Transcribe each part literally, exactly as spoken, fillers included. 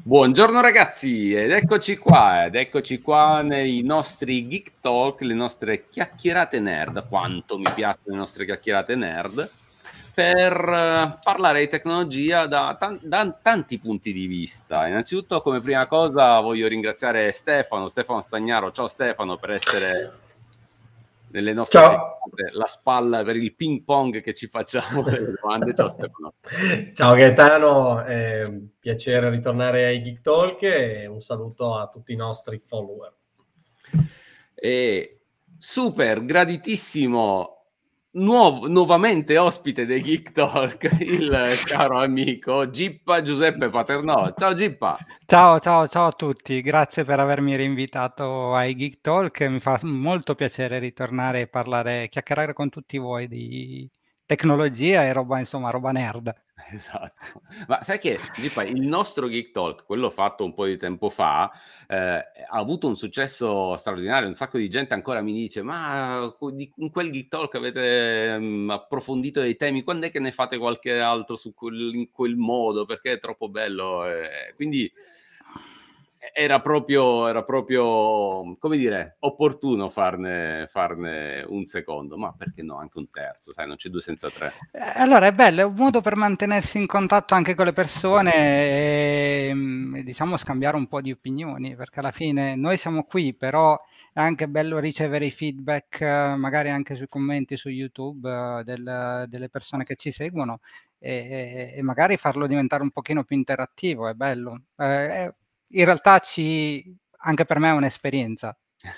Buongiorno ragazzi, ed eccoci qua, ed eccoci qua nei nostri Geek Talk, le nostre chiacchierate nerd, quanto mi piacciono le nostre chiacchierate nerd, per uh, parlare di tecnologia da, tan- da tanti punti di vista. Innanzitutto, come prima cosa, voglio ringraziare Stefano, Stefano Stagnaro. Ciao Stefano, per essere nelle nostre Ciao. chiacchierate, la spalla per il ping pong che ci facciamo delle domande. Ciao Stefano. Ciao Gaetano, è un piacere ritornare ai Geek Talk e un saluto a tutti i nostri follower. E super graditissimo nuovo, nuovamente ospite dei Geek Talk, il caro amico Gippa Giuseppe Paternò. Ciao Gippa. Ciao, ciao, ciao a tutti, grazie per avermi rinvitato ai Geek Talk, mi fa molto piacere ritornare e parlare, chiacchierare con tutti voi di tecnologia e roba, insomma, roba nerd. Esatto, ma sai che Gippa, il nostro Geek Talk, quello fatto un po' di tempo fa, eh, ha avuto un successo straordinario. Un sacco di gente ancora mi dice: ma di, in quel Geek Talk avete um, approfondito dei temi, quando è che ne fate qualche altro su quel, in quel modo, perché è troppo bello. Eh, quindi era proprio, era proprio, come dire, opportuno farne, farne un secondo, ma perché no, anche un terzo, sai, non c'è due senza tre. Eh, Allora, è bello, è un modo per mantenersi in contatto anche con le persone e, mm, e, diciamo scambiare un po' di opinioni, perché alla fine noi siamo qui, però è anche bello ricevere i feedback, eh, magari anche sui commenti su YouTube, eh, del- delle persone che ci seguono e, e- e magari farlo diventare un pochino più interattivo, è bello. Eh, è- in realtà ci, anche per me è un'esperienza.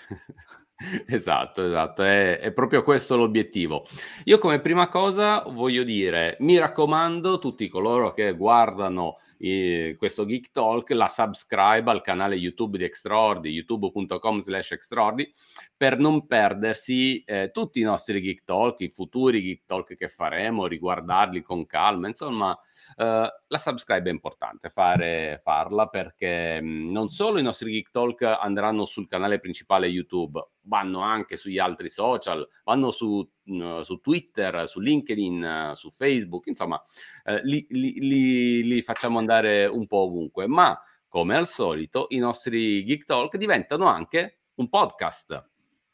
Esatto, esatto, è, è proprio questo l'obiettivo. Io come prima cosa voglio dire, mi raccomando, tutti coloro che guardano eh, questo Geek Talk, la subscribe al canale YouTube di Extraordi, youtube punto com slash extraordi, per non perdersi eh, tutti i nostri Geek Talk, i futuri Geek Talk che faremo, riguardarli con calma, insomma. Uh, la subscribe è importante fare, farla, perché mh, non solo i nostri Geek Talk andranno sul canale principale YouTube, vanno anche sugli altri social, vanno su, mh, su Twitter, su LinkedIn, uh, su Facebook, insomma, uh, li, li, li, li facciamo andare un po' ovunque, ma come al solito i nostri Geek Talk diventano anche un podcast.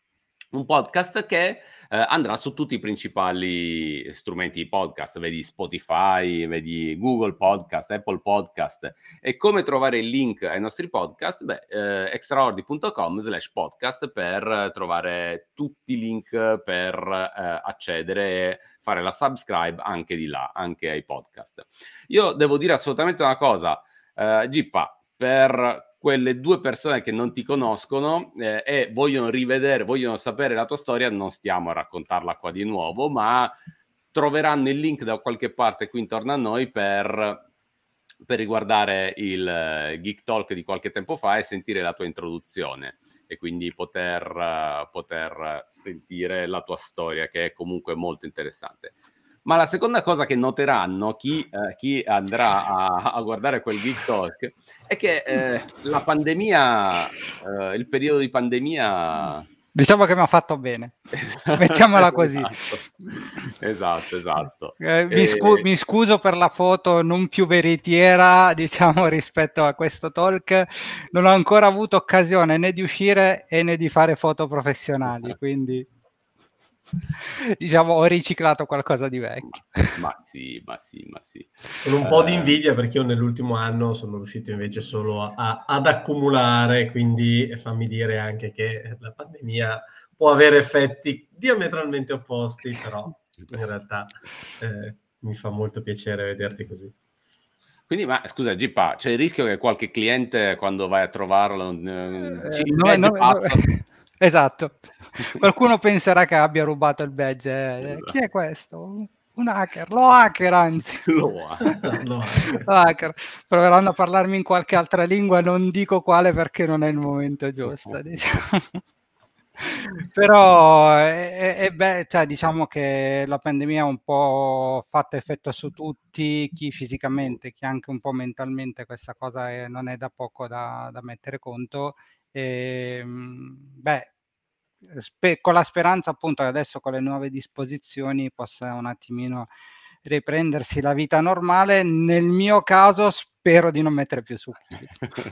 Un podcast che eh, andrà su tutti i principali strumenti di podcast, vedi Spotify, vedi Google Podcast, Apple Podcast. E come trovare il link ai nostri podcast? Beh, eh, extraordi punto com slash podcast per trovare tutti i link per eh, accedere e fare la subscribe anche di là, anche ai podcast. Io devo dire assolutamente una cosa, eh, Gippa, per quelle due persone che non ti conoscono eh, e vogliono rivedere, vogliono sapere la tua storia, non stiamo a raccontarla qua di nuovo, ma troveranno il link da qualche parte qui intorno a noi per, per riguardare il uh, Geek Talk di qualche tempo fa e sentire la tua introduzione e quindi poter, uh, poter sentire la tua storia, che è comunque molto interessante. Ma la seconda cosa che noteranno chi, eh, chi andrà a, a guardare quel Geek Talk è che eh, la pandemia, eh, il periodo di pandemia... Diciamo che mi ha fatto bene, mettiamola così. Esatto, esatto. esatto. Eh, mi, scu- E... mi scuso per la foto non più veritiera, diciamo, rispetto a questo talk. Non ho ancora avuto occasione né di uscire e né di fare foto professionali, quindi diciamo ho riciclato qualcosa di vecchio. Ma, ma sì, ma sì, ma sì. Con un po' di invidia, perché io nell'ultimo anno sono riuscito invece solo a, ad accumulare, quindi fammi dire anche che la pandemia può avere effetti diametralmente opposti, però in realtà eh, mi fa molto piacere vederti così. Quindi, ma scusa, Gippa, c'è il rischio che qualche cliente quando vai a trovarlo eh, ci Eh, no, no, no, esatto. Qualcuno penserà che abbia rubato il badge. Eh. Esatto. Chi è questo? Un hacker, lo hacker anzi. Lo hacker. Lo hacker. Proveranno a parlarmi in qualche altra lingua, non dico quale perché non è il momento giusto. Diciamo. Però è, è, beh, cioè, diciamo che la pandemia ha un po' fatto effetto su tutti, chi fisicamente, chi anche un po' mentalmente, questa cosa è, non è da poco da, da mettere conto. E, beh, spe- con la speranza appunto che adesso con le nuove disposizioni possa un attimino riprendersi la vita normale. Nel mio caso spero di non mettere più succhi.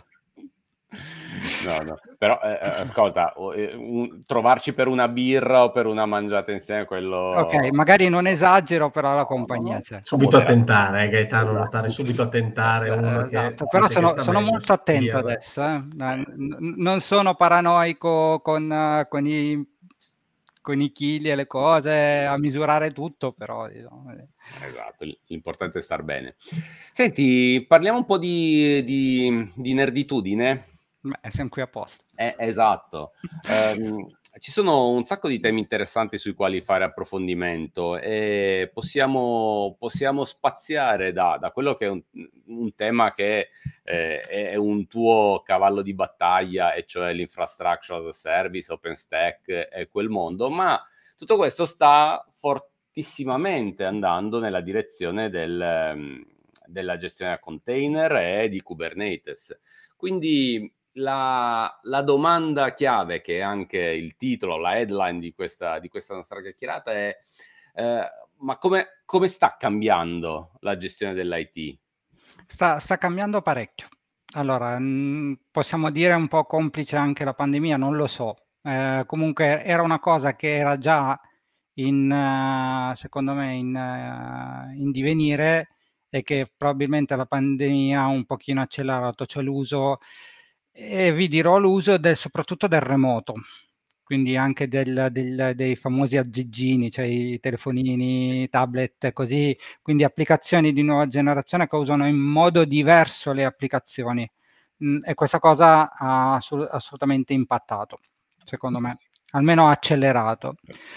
No, no, però eh, ascolta, un, trovarci per una birra o per una mangiata insieme, quello... Ok, magari non esagero, però la compagnia no, c'è. Subito a tentare, eh, Gaetano, Esatto. notare subito a tentare uno che... Esatto, però dice che sono, sta sono meglio molto attento birra. adesso, eh. N- non sono paranoico con, con i con i chili e le cose, a misurare tutto, però... Diciamo, esatto, l'importante è star bene. Senti, parliamo un po' di, di, di nerditudine. Beh, siamo qui apposta. Eh, esatto. um, ci sono un sacco di temi interessanti sui quali fare approfondimento e possiamo, possiamo spaziare da, da quello che è un, un tema che eh, è un tuo cavallo di battaglia, e cioè l'infrastructure as a service, OpenStack e quel mondo, ma tutto questo sta fortissimamente andando nella direzione del, della gestione a container e di Kubernetes. Quindi La, la domanda chiave, che è anche il titolo, la headline di questa, di questa nostra chiacchierata, è eh, ma come, come sta cambiando la gestione dell'I T? Sta, sta cambiando parecchio. Allora, mh, possiamo dire un po' complice anche la pandemia, non lo so. Eh, comunque era una cosa che era già in, uh, secondo me, in, uh, in divenire, e che probabilmente la pandemia ha un pochino accelerato, cioè l'uso, e vi dirò l'uso del, soprattutto del remoto, quindi anche del, del, dei famosi aggeggini, cioè i telefonini, tablet, così, quindi applicazioni di nuova generazione che usano in modo diverso le applicazioni. Mm, e questa cosa ha assolut- assolutamente impattato, secondo me, almeno ha accelerato.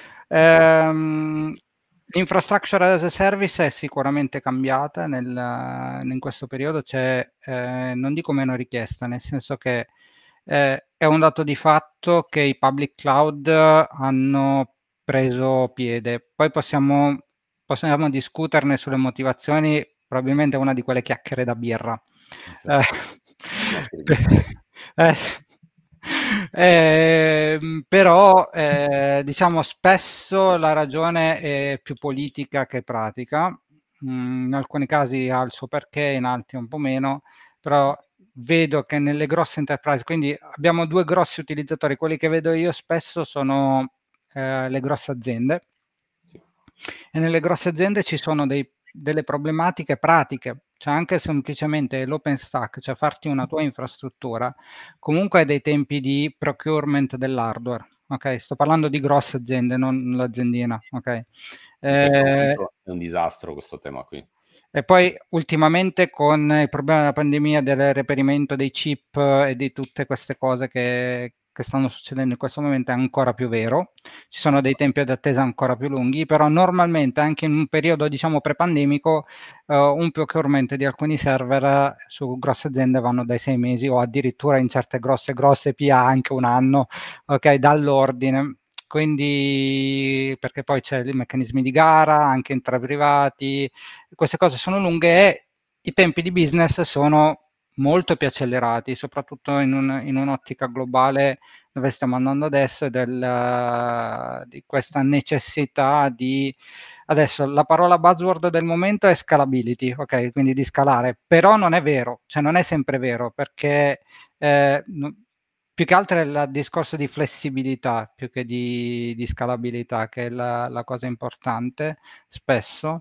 Ehm, L'infrastructure as a service è sicuramente cambiata nel, in questo periodo, c'è, eh, non dico meno richiesta, nel senso che eh, è un dato di fatto che i public cloud hanno preso piede. Poi possiamo, possiamo discuterne sulle motivazioni, probabilmente è una di quelle chiacchiere da birra. Esatto. Eh, eh, però eh, diciamo spesso la ragione è più politica che pratica. Mm, in alcuni casi ha il suo perché, in altri un po' meno, però vedo che nelle grosse enterprise, quindi abbiamo due grossi utilizzatori, quelli che vedo io spesso sono eh, le grosse aziende, sì. E nelle grosse aziende ci sono dei, delle problematiche pratiche, cioè anche semplicemente l'OpenStack, cioè farti una tua infrastruttura, comunque hai dei tempi di procurement dell'hardware. Ok, sto parlando di grosse aziende, non l'aziendina. Ok, in questo eh, è un disastro questo tema qui. E poi ultimamente con il problema della pandemia, del reperimento dei chip e di tutte queste cose che, che stanno succedendo in questo momento è ancora più vero. Ci sono dei tempi di attesa ancora più lunghi, però normalmente anche in un periodo diciamo pre-pandemico uh, un procurement di alcuni server su grosse aziende vanno dai sei mesi o addirittura in certe grosse grosse P A anche un anno, ok, dall'ordine. Quindi, perché poi c'è i meccanismi di gara anche tra privati, queste cose sono lunghe e i tempi di business sono molto più accelerati, soprattutto in, un, in un'ottica globale dove stiamo andando adesso, del, di questa necessità di... Adesso la parola buzzword del momento è scalability, ok? Quindi di scalare, però non è vero, cioè non è sempre vero, perché eh, più che altro è il discorso di flessibilità più che di, di scalabilità, che è la, la cosa importante spesso.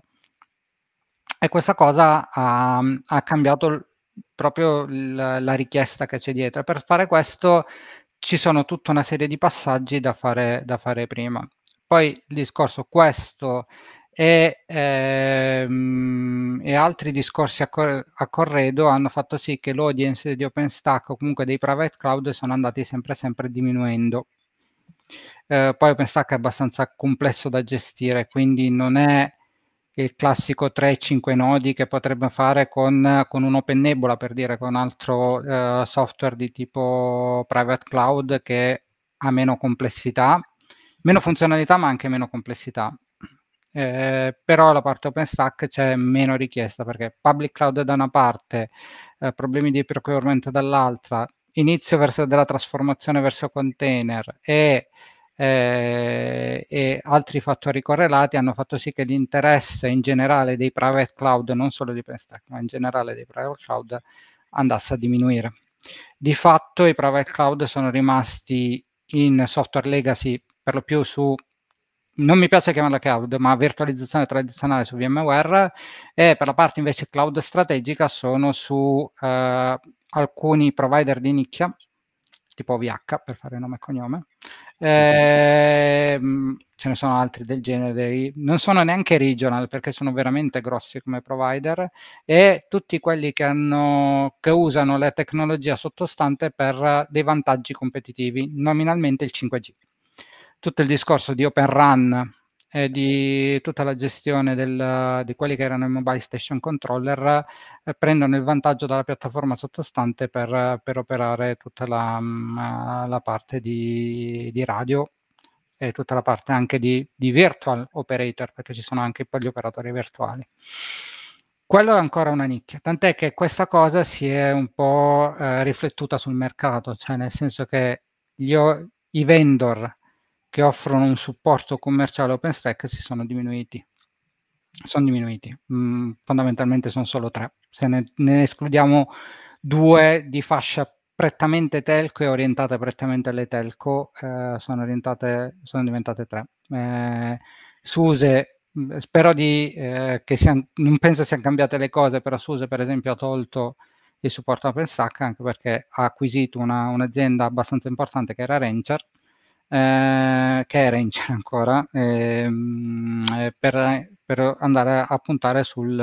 E questa cosa ha, ha cambiato l- proprio l- la richiesta che c'è dietro. Per fare questo ci sono tutta una serie di passaggi da fare, da fare prima. Poi il discorso questo e, ehm, e altri discorsi a, cor- a corredo hanno fatto sì che l'audience di OpenStack o comunque dei private cloud sono andati sempre sempre diminuendo. Eh, poi OpenStack è abbastanza complesso da gestire, quindi non è il classico tre cinque nodi che potrebbe fare con, con un OpenNebula, per dire, con altro eh, software di tipo private cloud che ha meno complessità, meno funzionalità ma anche meno complessità. Eh, però la parte OpenStack c'è meno richiesta perché public cloud da una parte, eh, problemi di procurement dall'altra, inizio verso della trasformazione verso container e eh, e altri fattori correlati hanno fatto sì che l'interesse in generale dei private cloud, non solo di OpenStack, ma in generale dei private cloud, andasse a diminuire. Di fatto i private cloud sono rimasti in software legacy per lo più su, non mi piace chiamarla cloud, ma virtualizzazione tradizionale su VMware, e per la parte invece cloud strategica sono su eh, alcuni provider di nicchia, tipo O V H per fare nome e cognome. Eh, ce ne sono altri del genere, dei, non sono neanche regional perché sono veramente grossi come provider, e tutti quelli che, hanno, che usano la tecnologia sottostante per dei vantaggi competitivi, nominalmente il cinque G. Tutto il discorso di Open Run e di tutta la gestione del, di quelli che erano i mobile station controller eh, prendono il vantaggio dalla piattaforma sottostante per, per operare tutta la, la parte di, di radio e tutta la parte anche di, di virtual operator, perché ci sono anche poi gli operatori virtuali. Quello è ancora una nicchia, tant'è che questa cosa si è un po' eh, riflettuta sul mercato, cioè nel senso che gli, i vendor che offrono un supporto commerciale OpenStack si sono diminuiti. Sono diminuiti, mm, fondamentalmente sono solo tre. Se ne, ne escludiamo due di fascia prettamente telco e orientate prettamente alle telco, eh, sono, orientate, sono diventate tre. Eh, SUSE, spero di, eh, che siano, non penso siano cambiate le cose, però SUSE per esempio ha tolto il supporto OpenStack anche perché ha acquisito una, un'azienda abbastanza importante che era Rancher, eh, che è Rancher ancora, eh, per, per andare a puntare sul,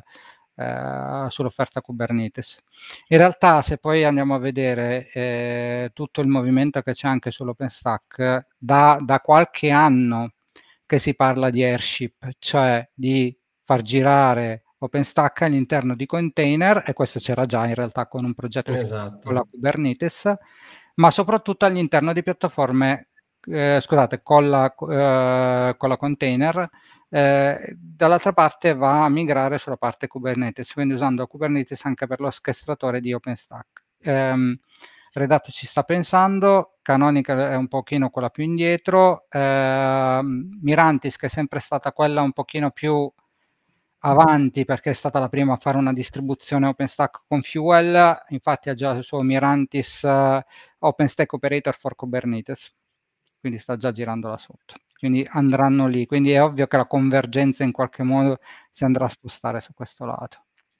eh, sull'offerta Kubernetes. In realtà se poi andiamo a vedere eh, tutto il movimento che c'è anche sull'OpenStack, da, da qualche anno che si parla di airship, cioè di far girare OpenStack all'interno di container, e questo c'era già in realtà con un progetto esatto. con la Kubernetes, ma soprattutto all'interno di piattaforme, eh, scusate, con la, eh, con la container, eh, dall'altra parte va a migrare sulla parte Kubernetes, quindi usando Kubernetes anche per l'orchestratore di OpenStack. Eh, Red Hat ci sta pensando, Canonical è un pochino quella più indietro, eh, Mirantis che è sempre stata quella un pochino più avanti perché è stata la prima a fare una distribuzione OpenStack con Fuel, infatti ha già il suo Mirantis uh, OpenStack Operator for Kubernetes, quindi sta già girando là sotto, quindi andranno lì, quindi è ovvio che la convergenza in qualche modo si andrà a spostare su questo lato.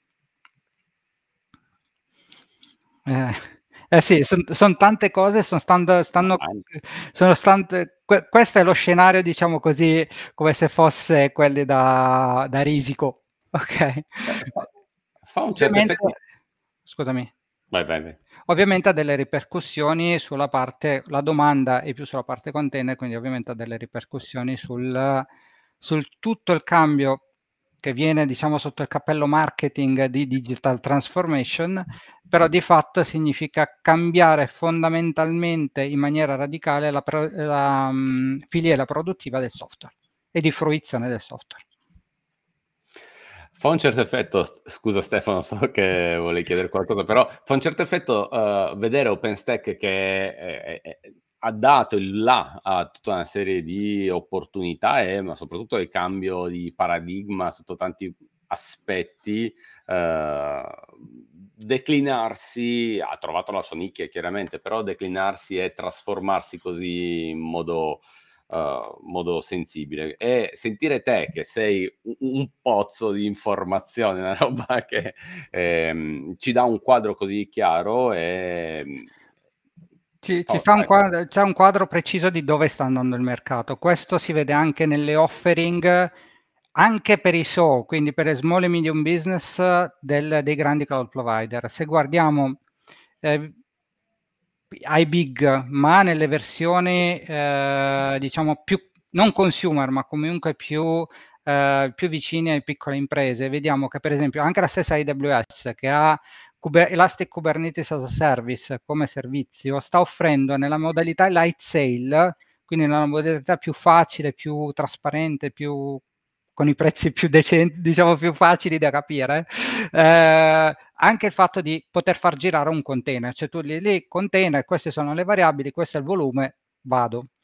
Eh, eh sì, sono son tante cose, son stando, stanno, sono stante, que, questo è lo scenario, diciamo così, come se fosse quelli da, da risico, ok? Fa un certo effetto. Scusami. Vai, vai, vai. Ovviamente ha delle ripercussioni sulla parte, la domanda è più sulla parte container, quindi ovviamente ha delle ripercussioni sul, sul tutto il cambio che viene, diciamo, sotto il cappello marketing di digital transformation, però di fatto significa cambiare fondamentalmente in maniera radicale la, la um, filiera produttiva del software e di fruizione del software. Fa un certo effetto, scusa Stefano, so che volevi chiedere qualcosa, però fa un certo effetto uh, vedere OpenStack che è, è, è, ha dato il là a tutta una serie di opportunità e ma soprattutto il cambio di paradigma sotto tanti aspetti, uh, declinarsi, ha trovato la sua nicchia chiaramente, però declinarsi e trasformarsi così in modo... Uh, modo sensibile, e sentire te che sei un, un pozzo di informazioni, una roba che ehm, ci dà un quadro così chiaro e ci, ci sta un quadro, c'è un quadro preciso di dove sta andando il mercato. Questo si vede anche nelle offering anche per i S O, quindi per i small e medium business del, dei grandi cloud provider. Se guardiamo eh, ai big, ma nelle versioni eh, diciamo più non consumer, ma comunque più, eh, più vicine alle piccole imprese, vediamo che per esempio anche la stessa A W S, che ha Kuber- Elastic Kubernetes as a Service come servizio, sta offrendo nella modalità light sale, quindi nella modalità più facile, più trasparente, più con i prezzi più decenti, diciamo più facili da capire, eh, anche il fatto di poter far girare un container, cioè tu lì, lì container, queste sono le variabili, questo è il volume, vado.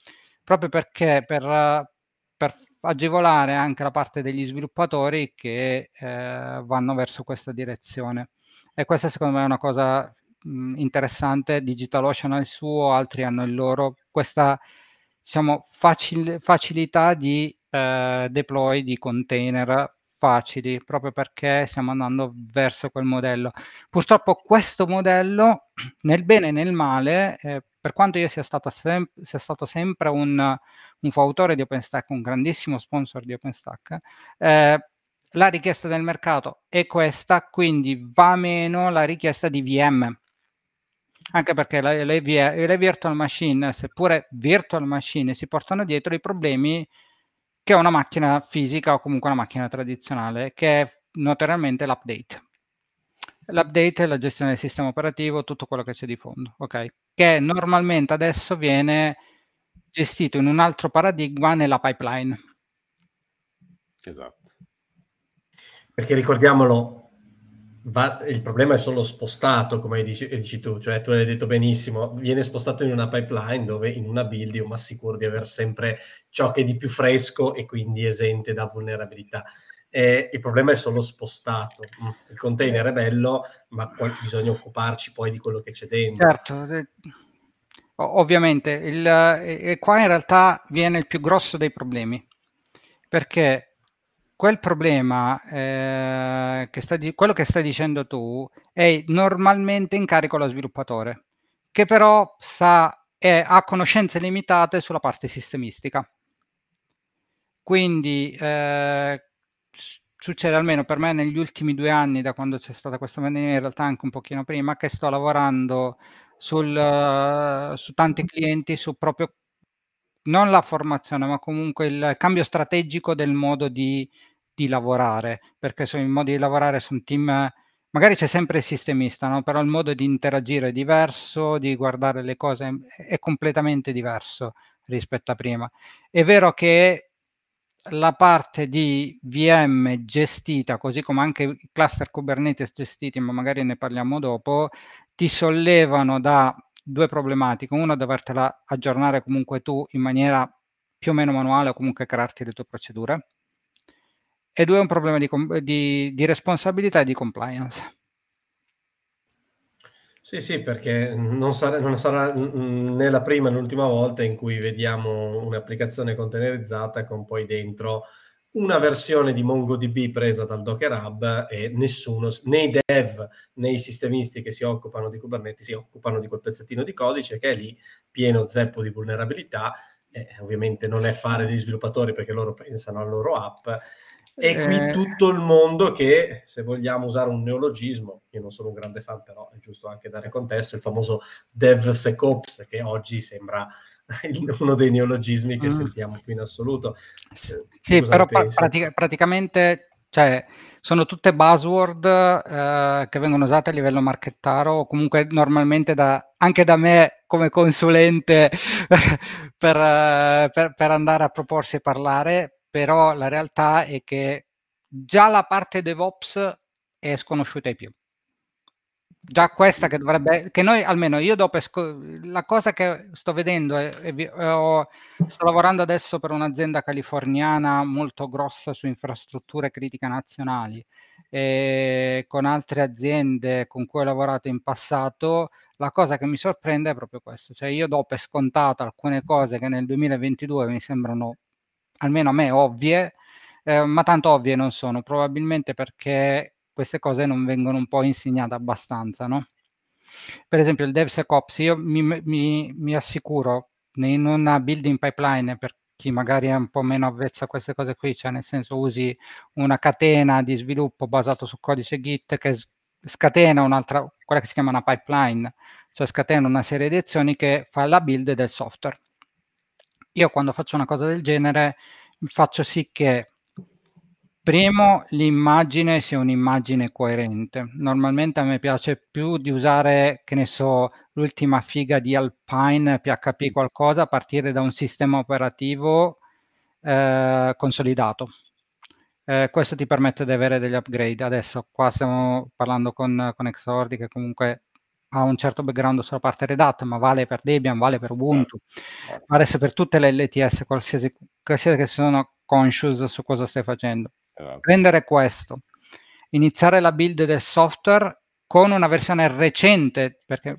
proprio perché per, per agevolare anche la parte degli sviluppatori che eh, vanno verso questa direzione. E questa secondo me è una cosa mh, interessante. DigitalOcean ha il suo, altri hanno il loro. Questa, diciamo, facil- facilità di eh, deploy di container facili, proprio perché stiamo andando verso quel modello. Purtroppo questo modello, nel bene e nel male, eh, per quanto io sia, stata sem- sia stato sempre un, un fautore di OpenStack, un grandissimo sponsor di OpenStack, eh, la richiesta del mercato è questa, quindi va meno la richiesta di V M. Anche perché le, le, le virtual machine, seppure virtual machine, si portano dietro i problemi che è una macchina fisica o comunque una macchina tradizionale, che è notoriamente l'update. L'update è la gestione del sistema operativo, tutto quello che c'è di fondo, ok? Che normalmente adesso viene gestito in un altro paradigma nella pipeline. Esatto. Perché ricordiamolo, va, il problema è solo spostato, come dici, dici tu, cioè tu l'hai detto benissimo, viene spostato in una pipeline dove in una build io mi assicuro di avere sempre ciò che è di più fresco e quindi esente da vulnerabilità. Eh, il problema è solo spostato. Il container è bello, ma qual- bisogna occuparci poi di quello che c'è dentro. Certo, eh, ovviamente, il, e qua in realtà viene il più grosso dei problemi, perché quel problema, eh, che sta di, quello che stai dicendo tu, è normalmente in carico allo sviluppatore, che però sa, è, ha conoscenze limitate sulla parte sistemistica. Quindi eh, succede almeno per me negli ultimi due anni, da quando c'è stata questa pandemia, in realtà anche un pochino prima, che sto lavorando sul, uh, su tanti clienti, su proprio non la formazione, ma comunque il cambio strategico del modo di, di lavorare, perché sono i modi di lavorare su un team, magari c'è sempre il sistemista, no? Però il modo di interagire è diverso, di guardare le cose è completamente diverso rispetto a prima. È vero che la parte di V M gestita, così come anche i cluster Kubernetes gestiti, ma magari ne parliamo dopo, ti sollevano da due problematiche. Uno, dovertela aggiornare comunque tu in maniera più o meno manuale o comunque crearti le tue procedure. E due, un problema di, di, di responsabilità e di compliance. Sì, sì, perché non sarà, non sarà né la prima né l'ultima volta in cui vediamo un'applicazione containerizzata con poi dentro una versione di MongoDB presa dal Docker Hub e nessuno, né i dev né i sistemisti che si occupano di Kubernetes si occupano di quel pezzettino di codice che è lì pieno zeppo di vulnerabilità. Eh, ovviamente non è fare degli sviluppatori perché loro pensano alla loro app. E qui Eh, tutto il mondo che, se vogliamo usare un neologismo, io non sono un grande fan, però è giusto anche dare contesto, il famoso DevSecOps, che oggi sembra uno dei neologismi che mm. sentiamo più in assoluto. Sì, Tu cosa però ne pensi? pratica, praticamente, cioè, sono tutte buzzword eh, che vengono usate a livello marchettaro o comunque normalmente da, anche da me come consulente per, eh, per, per andare a proporsi e parlare, però la realtà è che già la parte DevOps è sconosciuta ai più. Già questa che dovrebbe, che noi almeno io dopo, la cosa che sto vedendo è, è, è, sto lavorando adesso per un'azienda californiana molto grossa su infrastrutture critiche nazionali e con altre aziende con cui ho lavorato in passato. La cosa che mi sorprende è proprio questo, cioè io do per scontato alcune cose che nel duemilaventidue mi sembrano almeno a me ovvie, eh, ma tanto ovvie non sono, probabilmente perché queste cose non vengono un po' insegnate abbastanza, no? Per esempio il DevSecOps, io mi, mi, mi assicuro in una building pipeline, per chi magari è un po' meno avvezzo a queste cose qui, cioè nel senso usi una catena di sviluppo basato su codice Git che scatena un'altra, quella che si chiama una pipeline, cioè scatena una serie di azioni che fa la build del software. Io quando faccio una cosa del genere faccio sì che primo, l'immagine sia un'immagine coerente. Normalmente a me piace più di usare, che ne so, l'ultima figa di Alpine P H P qualcosa a partire da un sistema operativo eh, consolidato. Eh, questo ti permette di avere degli upgrade. Adesso qua stiamo parlando con, con Exordi che comunque ha un certo background sulla parte Red Hat, ma vale per Debian, vale per Ubuntu, certo. Vale per tutte le L T S, qualsiasi, qualsiasi che sono conscious su cosa stai facendo. Certo. Prendere questo, iniziare la build del software con una versione recente, perché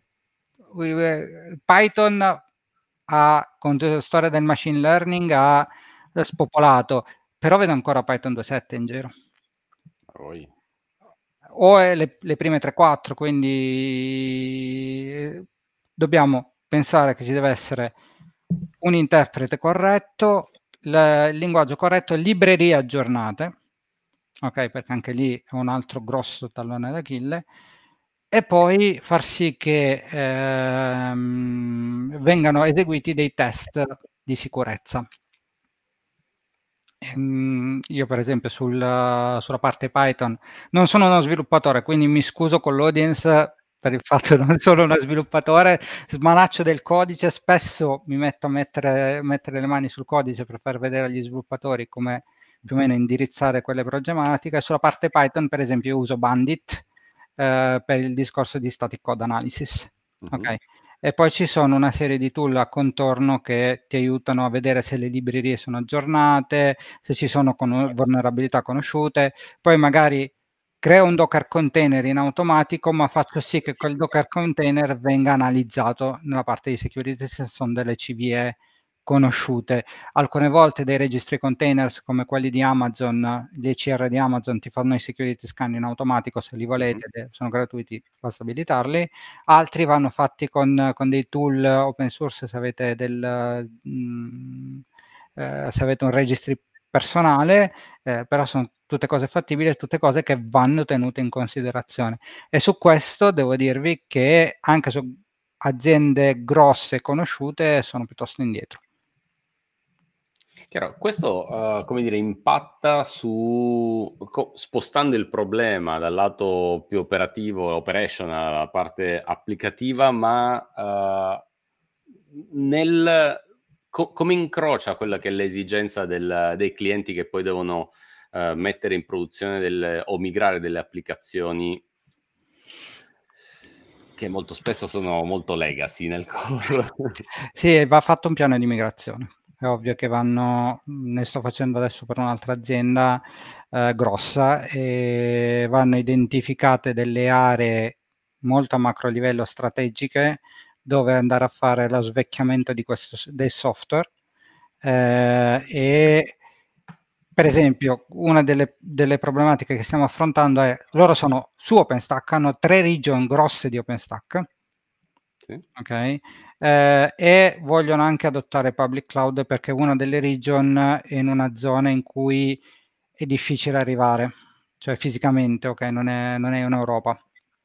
Python ha, con la storia del machine learning, ha spopolato, però vedo ancora Python due punto sette in giro. Poi. O le, le prime tre quattro, quindi dobbiamo pensare che ci deve essere un interprete corretto, il linguaggio corretto, librerie aggiornate, ok, perché anche lì è un altro grosso tallone d'Achille, e poi far sì che ehm, vengano eseguiti dei test di sicurezza. Ehm, io per esempio sul, sulla parte Python non sono uno sviluppatore, quindi mi scuso con l'audience per il fatto che non sono uno sviluppatore, smanaccio del codice, spesso mi metto a mettere, mettere le mani sul codice per far vedere agli sviluppatori come più o meno indirizzare quelle problematiche. Sulla parte Python per esempio io uso Bandit eh, per il discorso di static code analysis, uh-huh. Ok? E poi ci sono una serie di tool a contorno che ti aiutano a vedere se le librerie sono aggiornate, se ci sono con- vulnerabilità conosciute. Poi magari creo un Docker container in automatico, ma faccio sì che quel Docker container venga analizzato nella parte di security se sono delle C V E conosciute. Alcune volte dei registry containers come quelli di Amazon, gli E C R di Amazon ti fanno i security scan in automatico, se li volete, mm-hmm. sono gratuiti, basta abilitarli. Altri vanno fatti con, con dei tool open source se avete, del, mh, eh, se avete un registry personale, eh, però sono tutte cose fattibili e tutte cose che vanno tenute in considerazione. E su questo devo dirvi che anche su aziende grosse e conosciute sono piuttosto indietro. Chiaro, questo uh, come dire, impatta su co- spostando il problema dal lato più operativo, operational, alla parte applicativa, ma uh, nel co- come incrocia quella che è l'esigenza del, dei clienti che poi devono uh, mettere in produzione del, o migrare delle applicazioni che molto spesso sono molto legacy nel core. Sì, va fatto un piano di migrazione. È ovvio che vanno, ne sto facendo adesso per un'altra azienda eh, grossa, e vanno identificate delle aree molto a macro livello strategiche dove andare a fare lo svecchiamento di questo, del software eh, e per esempio una delle, delle problematiche che stiamo affrontando è loro sono su OpenStack, hanno tre region grosse di OpenStack. Sì. Ok, eh, e vogliono anche adottare public cloud perché una delle region è in una zona in cui è difficile arrivare, cioè fisicamente, ok, non è, non è in Europa.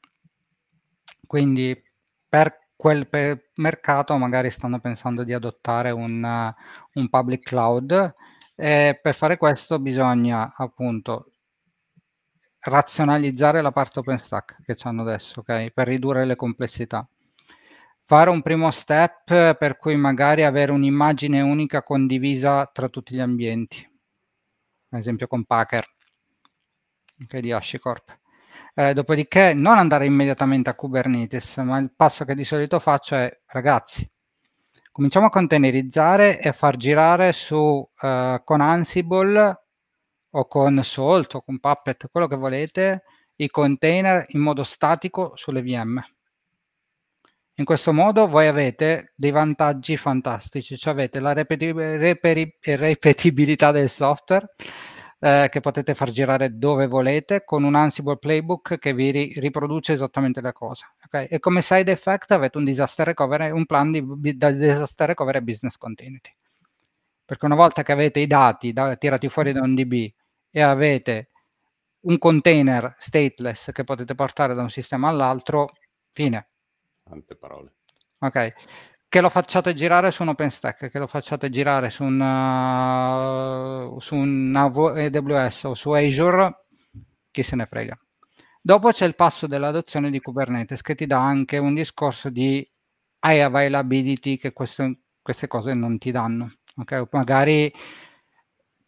Quindi per quel per mercato magari stanno pensando di adottare un, uh, un public cloud, e per fare questo bisogna appunto razionalizzare la parte OpenStack che hanno adesso, ok, per ridurre le complessità. Fare un primo step per cui magari avere un'immagine unica condivisa tra tutti gli ambienti, ad esempio con Packer, okay, di HashiCorp. Eh, dopodiché non andare immediatamente a Kubernetes, ma il passo che di solito faccio è, ragazzi, cominciamo a containerizzare e a far girare su uh, con Ansible o con Salt o con Puppet, quello che volete, i container in modo statico sulle V M. In questo modo voi avete dei vantaggi fantastici, cioè avete la repeti- reperi- ripetibilità del software eh, che potete far girare dove volete con un Ansible playbook che vi ri- riproduce esattamente la cosa. Okay? E come side effect avete un disaster recovery, un plan di, di disaster recovery e business continuity. Perché una volta che avete i dati da, tirati fuori da un D B e avete un container stateless che potete portare da un sistema all'altro, fine. Tante parole. Ok, che lo facciate girare su un OpenStack, che lo facciate girare su un, uh, su un A W S o su Azure, chi se ne frega. Dopo c'è il passo dell'adozione di Kubernetes che ti dà anche un discorso di high availability che questo, queste cose non ti danno. Okay? Magari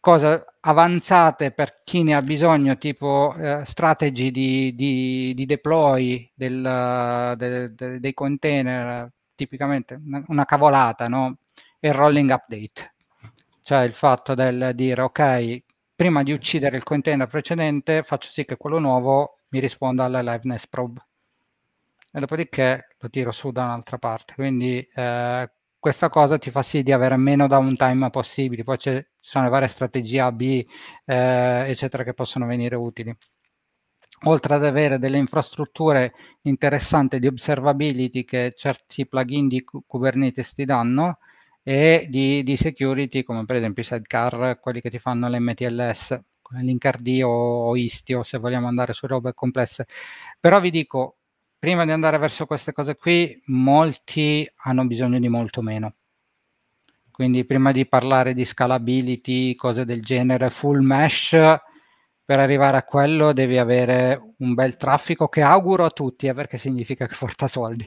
cose avanzate per chi ne ha bisogno, tipo eh, strategy di, di, di deploy del, de, de, dei container, tipicamente una, una cavolata, no? Il rolling update, cioè il fatto del dire ok, prima di uccidere il container precedente faccio sì che quello nuovo mi risponda alla liveness probe e dopodiché lo tiro su da un'altra parte, quindi eh, questa cosa ti fa sì di avere meno downtime possibili. Poi ci sono le varie strategie A B eh, eccetera che possono venire utili, oltre ad avere delle infrastrutture interessanti di observability che certi plugin di Kubernetes ti danno, e di, di security come per esempio i sidecar, quelli che ti fanno l'M T L S, Linkerd o Istio, se vogliamo andare su robe complesse. Però vi dico, prima di andare verso queste cose qui, molti hanno bisogno di molto meno. Quindi prima di parlare di scalability, cose del genere, full mesh, per arrivare a quello devi avere un bel traffico che auguro a tutti, eh, perché significa che porta soldi.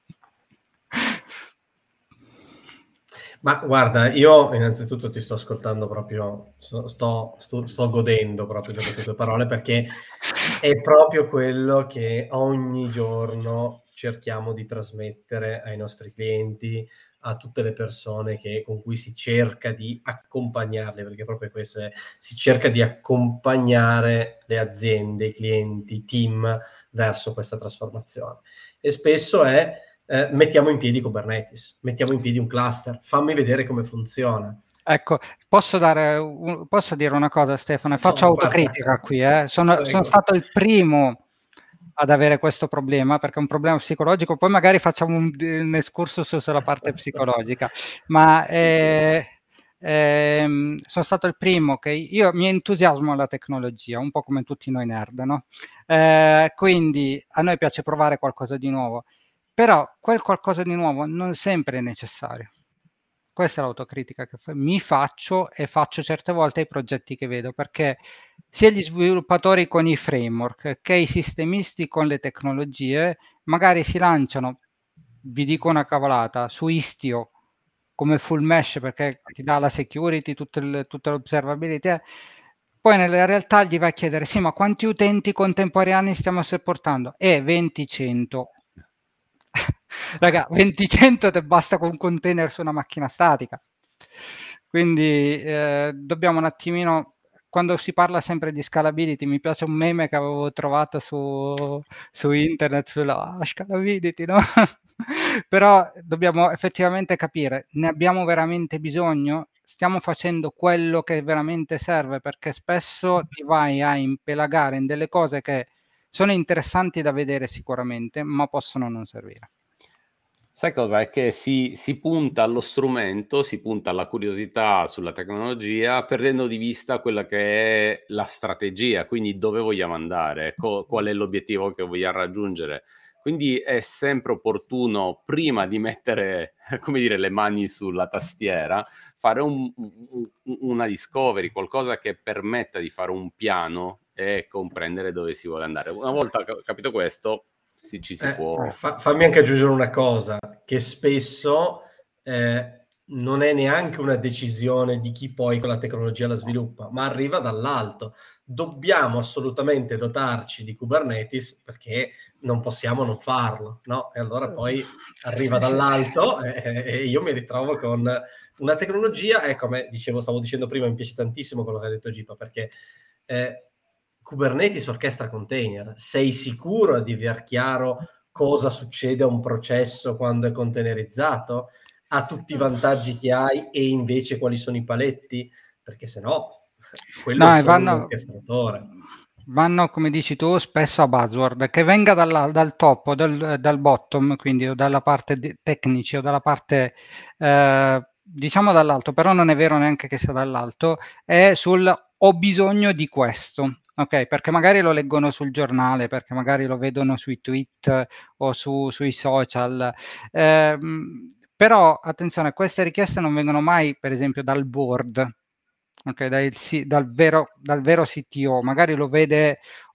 Ma guarda, io innanzitutto ti sto ascoltando proprio, sto, sto, sto, sto godendo proprio di queste tue parole, perché è proprio quello che ogni giorno cerchiamo di trasmettere ai nostri clienti, a tutte le persone che, con cui si cerca di accompagnarle, perché proprio questo è, si cerca di accompagnare le aziende, i clienti, i team verso questa trasformazione. E spesso è Eh, mettiamo in piedi Kubernetes, mettiamo in piedi un cluster, fammi vedere come funziona. Ecco, posso, dare un, posso dire una cosa, Stefano? Faccio No, autocritica guarda, qui. Eh. Sono, sono stato il primo ad avere questo problema, perché è un problema psicologico. Poi magari facciamo un, un excursus sulla parte psicologica, ma eh, eh, sono stato il primo che io mi entusiasmo alla tecnologia, un po' come tutti noi nerd, no? Eh, quindi a noi piace provare qualcosa di nuovo. Però quel qualcosa di nuovo non sempre è necessario. Questa è l'autocritica che mi faccio e faccio certe volte ai progetti che vedo, perché sia gli sviluppatori con i framework che i sistemisti con le tecnologie magari si lanciano, vi dico una cavolata, su Istio come full mesh perché ti dà la security, tutta l'observability, eh. Poi nella realtà gli vai a chiedere sì, ma quanti utenti contemporanei stiamo supportando? E venti cento. Raga, venti cento te basta con un container su una macchina statica. Quindi eh, dobbiamo un attimino, quando si parla sempre di scalability, mi piace un meme che avevo trovato su, su internet sulla ah, scalability, no? Però dobbiamo effettivamente capire, ne abbiamo veramente bisogno? Stiamo facendo quello che veramente serve? Perché spesso ti vai a impelagare in delle cose che sono interessanti da vedere sicuramente, ma possono non servire. Sai cosa? È che si, si punta allo strumento, si punta alla curiosità sulla tecnologia, perdendo di vista quella che è la strategia, quindi dove vogliamo andare, co- qual è l'obiettivo che vogliamo raggiungere. Quindi è sempre opportuno, prima di mettere, come dire, le mani sulla tastiera, fare un, un, una discovery, qualcosa che permetta di fare un piano e comprendere dove si vuole andare. Una volta capito questo, sì, ci si eh, può... fa, fammi anche aggiungere una cosa, che spesso eh, non è neanche una decisione di chi poi quella tecnologia la sviluppa, ma arriva dall'alto. Dobbiamo assolutamente dotarci di Kubernetes perché non possiamo non farlo, no? E allora poi arriva dall'alto e, e io mi ritrovo con una tecnologia, e come dicevo, stavo dicendo prima, mi piace tantissimo quello che ha detto Gipa, perché eh, Kubernetes orchestra container. Sei sicuro di aver chiaro cosa succede a un processo quando è containerizzato? Ha tutti i vantaggi che hai e invece quali sono i paletti? Perché se no, quello No, è e solo un vanno, orchestratore. vanno, come dici tu, spesso a buzzword, che venga dalla, dal top o dal, dal bottom, quindi dalla parte di, tecnici o dalla parte, eh, diciamo dall'alto, però non è vero neanche che sia dall'alto, è sul ho bisogno di questo. Ok, perché magari lo leggono sul giornale, perché magari lo vedono sui tweet o su, sui social. Eh, però attenzione, queste richieste non vengono mai, per esempio, dal board, ok, dal, dal, vero, dal vero C T O, magari lo vede,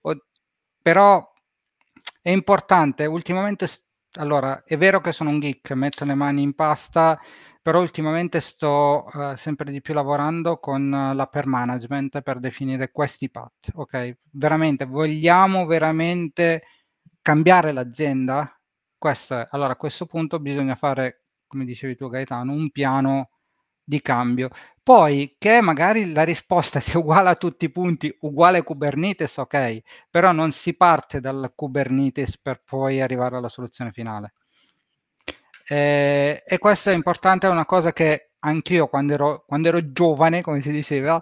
però è importante. Ultimamente, allora, è vero che sono un geek, metto le mani in pasta, però ultimamente sto uh, sempre di più lavorando con uh, l'upper management per definire questi path, ok? Veramente, vogliamo veramente cambiare l'azienda? Questo è. Allora a questo punto bisogna fare, come dicevi tu Gaetano, un piano di cambio. Poi che magari la risposta sia uguale a tutti i punti, uguale Kubernetes, ok, però non si parte dal Kubernetes per poi arrivare alla soluzione finale. Eh, e questo è importante, è una cosa che anch'io quando ero, quando ero giovane, come si diceva,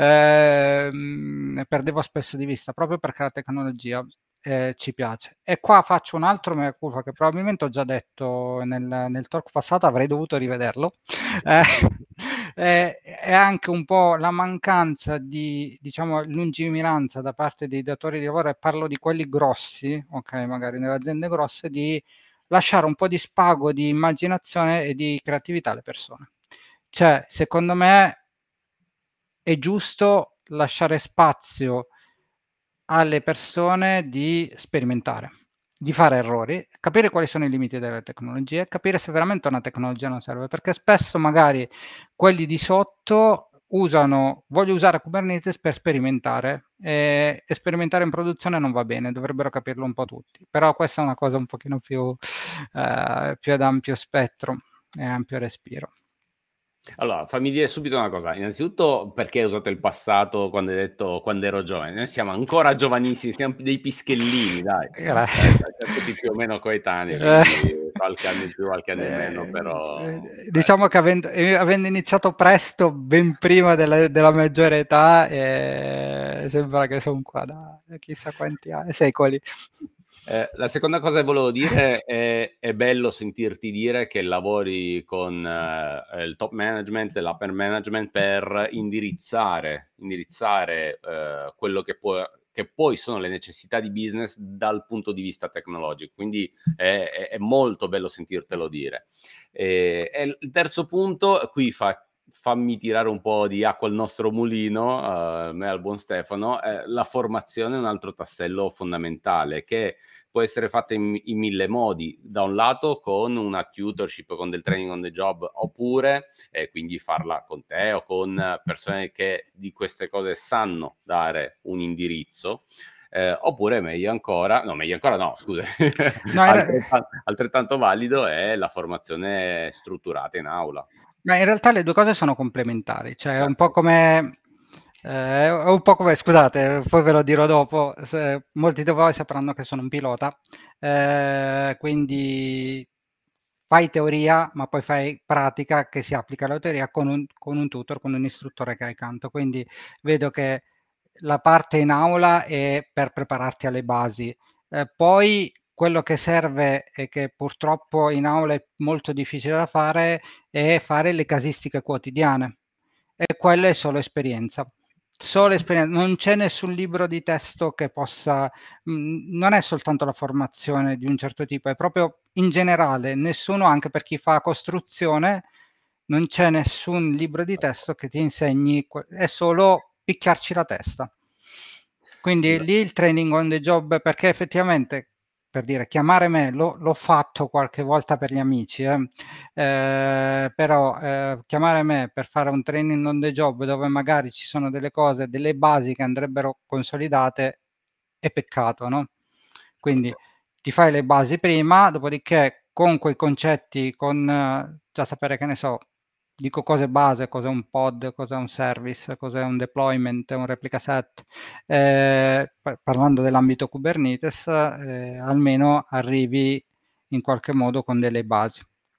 eh, perdevo spesso di vista, proprio perché la tecnologia eh, ci piace. E qua faccio un altro mea culpa che probabilmente ho già detto nel, nel talk passato, avrei dovuto rivederlo. Eh, eh, è anche un po' la mancanza di, diciamo, lungimiranza da parte dei datori di lavoro, e parlo di quelli grossi, ok, magari nelle aziende grosse, di lasciare un po' di spago, di immaginazione e di creatività alle persone. Cioè, secondo me è giusto lasciare spazio alle persone di sperimentare, di fare errori, capire quali sono i limiti delle tecnologie, capire se veramente una tecnologia non serve, perché spesso magari quelli di sotto usano, voglio usare Kubernetes per sperimentare, e, e sperimentare in produzione non va bene, dovrebbero capirlo un po' tutti, però questa è una cosa un pochino più, eh, più ad ampio spettro e ampio respiro. Allora, fammi dire subito una cosa. Innanzitutto, perché hai usato il passato quando hai detto quando ero giovane? Noi siamo ancora giovanissimi, siamo dei pischellini, dai. Eh, siamo tutti più o meno coetanei, quindi qualche anno in più, qualche anno in meno, però... Eh, diciamo che avendo, avendo iniziato presto, ben prima della, della maggiore età, eh, sembra che sono qua da, da chissà quanti anni, secoli. Eh, la seconda cosa che volevo dire è, è bello sentirti dire che lavori con eh, il top management e l'upper management per indirizzare, indirizzare eh, quello che, può, che poi sono le necessità di business dal punto di vista tecnologico. Quindi è, è, è molto bello sentirtelo dire. E, e il terzo punto, qui fa fammi tirare un po' di acqua al nostro mulino, uh, me al buon Stefano, eh, la formazione è un altro tassello fondamentale che può essere fatta in, in mille modi, da un lato con una tutorship, con del training on the job, oppure eh, quindi farla con te o con persone che di queste cose sanno dare un indirizzo. Eh, oppure meglio ancora, no meglio ancora no, scusa, no, era... altrettanto, altrettanto valido è la formazione strutturata in aula. Ma in realtà le due cose sono complementari, cioè è un po' come, eh, è un po' come, scusate, poi ve lo dirò dopo, se, molti di voi sapranno che sono un pilota, eh, quindi fai teoria, ma poi fai pratica che si applica alla teoria con un, con un tutor, con un istruttore che hai accanto, quindi vedo che la parte in aula è per prepararti alle basi, eh, poi quello che serve e che purtroppo in aula è molto difficile da fare è fare le casistiche quotidiane, e quella è solo esperienza. Solo esperienza, non c'è nessun libro di testo che possa, mh, non è soltanto la formazione di un certo tipo, è proprio in generale, nessuno, anche per chi fa costruzione, non c'è nessun libro di testo che ti insegni, è solo picchiarci la testa. Quindi lì il training on the job, perché effettivamente, per dire, chiamare me, lo, l'ho fatto qualche volta per gli amici, eh. Eh, però eh, chiamare me per fare un training on the job dove magari ci sono delle cose, delle basi che andrebbero consolidate, è peccato, no? Quindi ti fai le basi prima, dopodiché con quei concetti, con eh, già sapere, che ne so, dico cose base, cos'è un pod, cos'è un service, cos'è un deployment, un replica set, eh, parlando dell'ambito Kubernetes, eh, almeno arrivi in qualche modo con delle basi.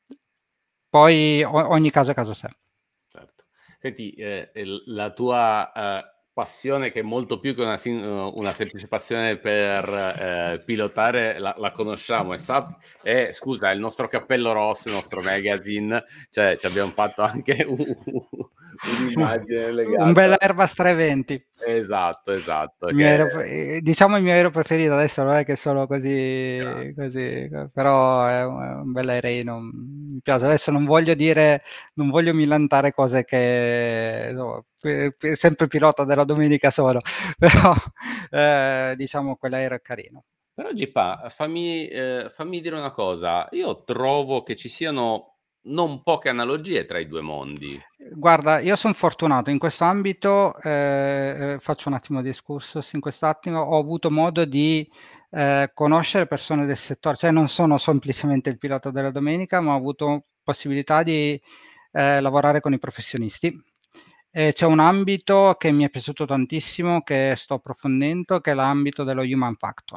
Poi o- ogni caso è caso a sé. Certo. Senti, eh, la tua eh, passione, che è molto più che una, una semplice passione per eh, pilotare, la, la conosciamo, è, sap- è, scusa, è il nostro cappello rosso, il nostro magazine, cioè ci abbiamo fatto anche un, un'immagine legata. Un bel Airbus trecentoventi. Esatto, esatto. Il che... aereo, diciamo il mio aereo preferito, adesso non è che sono così, così, però è un, è un bel aereo, mi piace. Adesso non voglio dire, non voglio millantare cose che, insomma, sempre pilota della domenica solo, però eh, diciamo quell'aereo è carino. Però Gipa, fammi, eh, fammi dire una cosa, io trovo che ci siano non poche analogie tra i due mondi. Guarda, io son fortunato in questo ambito, ehm, faccio un attimo di excursus in quest'attimo, ho avuto modo di, ehm, conoscere persone del settore, cioè non sono semplicemente il pilota della domenica, ma ho avuto possibilità di, ehm, lavorare con i professionisti. E c'è un ambito che mi è piaciuto tantissimo, che sto approfondendo, che è l'ambito dello human factor.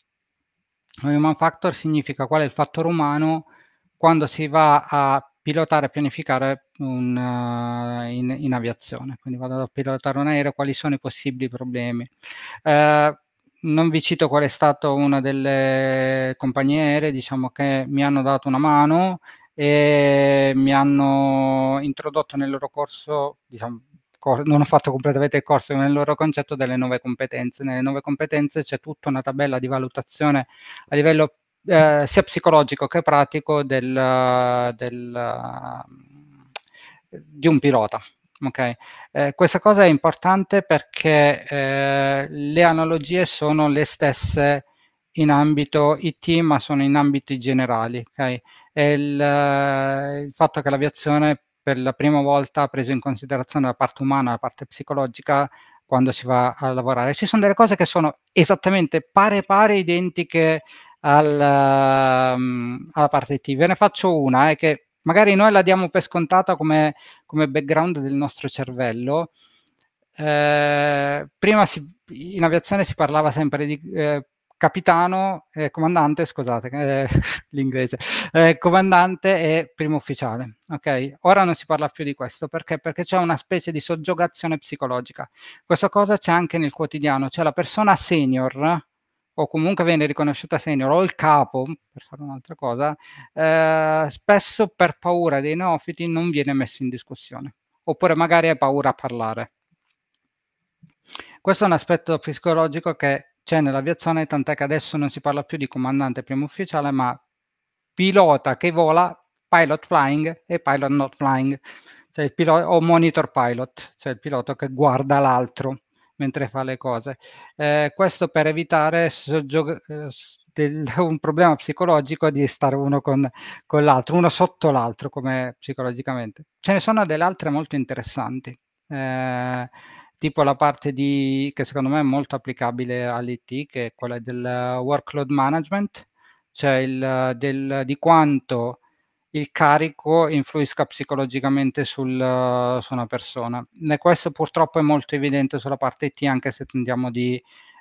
Lo human factor significa qual è il fattore umano quando si va a pilotare e pianificare un in in aviazione. Quindi vado a pilotare un aereo, quali sono i possibili problemi. Ehm, non vi cito qual è stato una delle compagnie aeree, diciamo che mi hanno dato una mano e mi hanno introdotto nel loro corso, diciamo, cor non ho fatto completamente il corso, ma nel loro concetto delle nuove competenze. Nelle nuove competenze c'è tutta una tabella di valutazione a livello eh, sia psicologico che pratico del, del, di un pilota. Okay. Eh, questa cosa è importante perché eh, le analogie sono le stesse in ambito I T, ma sono in ambiti generali. Okay? E il, il fatto che l'aviazione per la prima volta ha preso in considerazione la parte umana, la parte psicologica, quando si va a lavorare. Ci sono delle cose che sono esattamente pare pare identiche al, um, alla parte I T. Ve ne faccio una, eh, che magari noi la diamo per scontata come, come background del nostro cervello. Eh, prima si, in aviazione si parlava sempre di eh, capitano, eh, comandante, scusate, eh, l'inglese, eh, comandante e primo ufficiale. Ok, ora non si parla più di questo perché? Perché c'è una specie di soggiogazione psicologica. Questa cosa c'è anche nel quotidiano, c'è la persona senior o comunque viene riconosciuta senior o il capo, per fare un'altra cosa, eh, spesso per paura dei neofiti non viene messo in discussione, oppure magari hai paura a parlare. Questo è un aspetto psicologico che c'è nell'aviazione, tant'è che adesso non si parla più di comandante primo ufficiale, ma pilota che vola, pilot flying e pilot not flying, cioè il pilota, o monitor pilot, cioè il pilota che guarda l'altro mentre fa le cose. Eh, questo per evitare soggio- eh, del, un problema psicologico di stare uno con, con l'altro, uno sotto l'altro come psicologicamente. Ce ne sono delle altre molto interessanti. Eh, tipo la parte di, che secondo me è molto applicabile all'I T, che è quella del workload management, cioè il, del, di quanto il carico influisca psicologicamente sul, su una persona. E questo purtroppo è molto evidente sulla parte I T, anche se tendiamo di,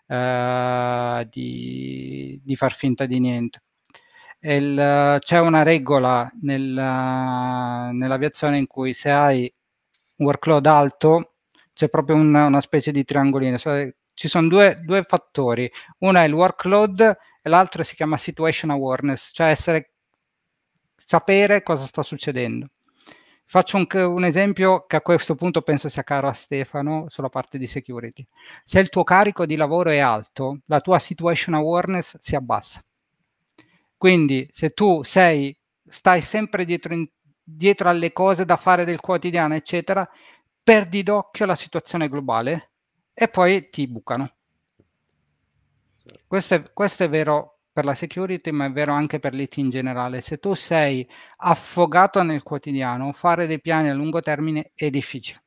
eh, di, di far finta di niente. Il, c'è una regola nel, nell'aviazione in cui se hai un workload alto c'è proprio una, una specie di triangolino. Cioè, ci sono due, due fattori, uno è il workload e l'altro si chiama situation awareness, cioè essere, sapere cosa sta succedendo. Faccio un, un esempio che a questo punto penso sia caro a Stefano sulla parte di security. Se il tuo carico di lavoro è alto, la tua situation awareness si abbassa. Quindi se tu sei, stai sempre dietro, in, dietro alle cose da fare del quotidiano, eccetera, perdi d'occhio la situazione globale e poi ti bucano. Questo è, questo è vero per la security, ma è vero anche per l'I T in generale. Se tu sei affogato nel quotidiano, fare dei piani a lungo termine è difficile.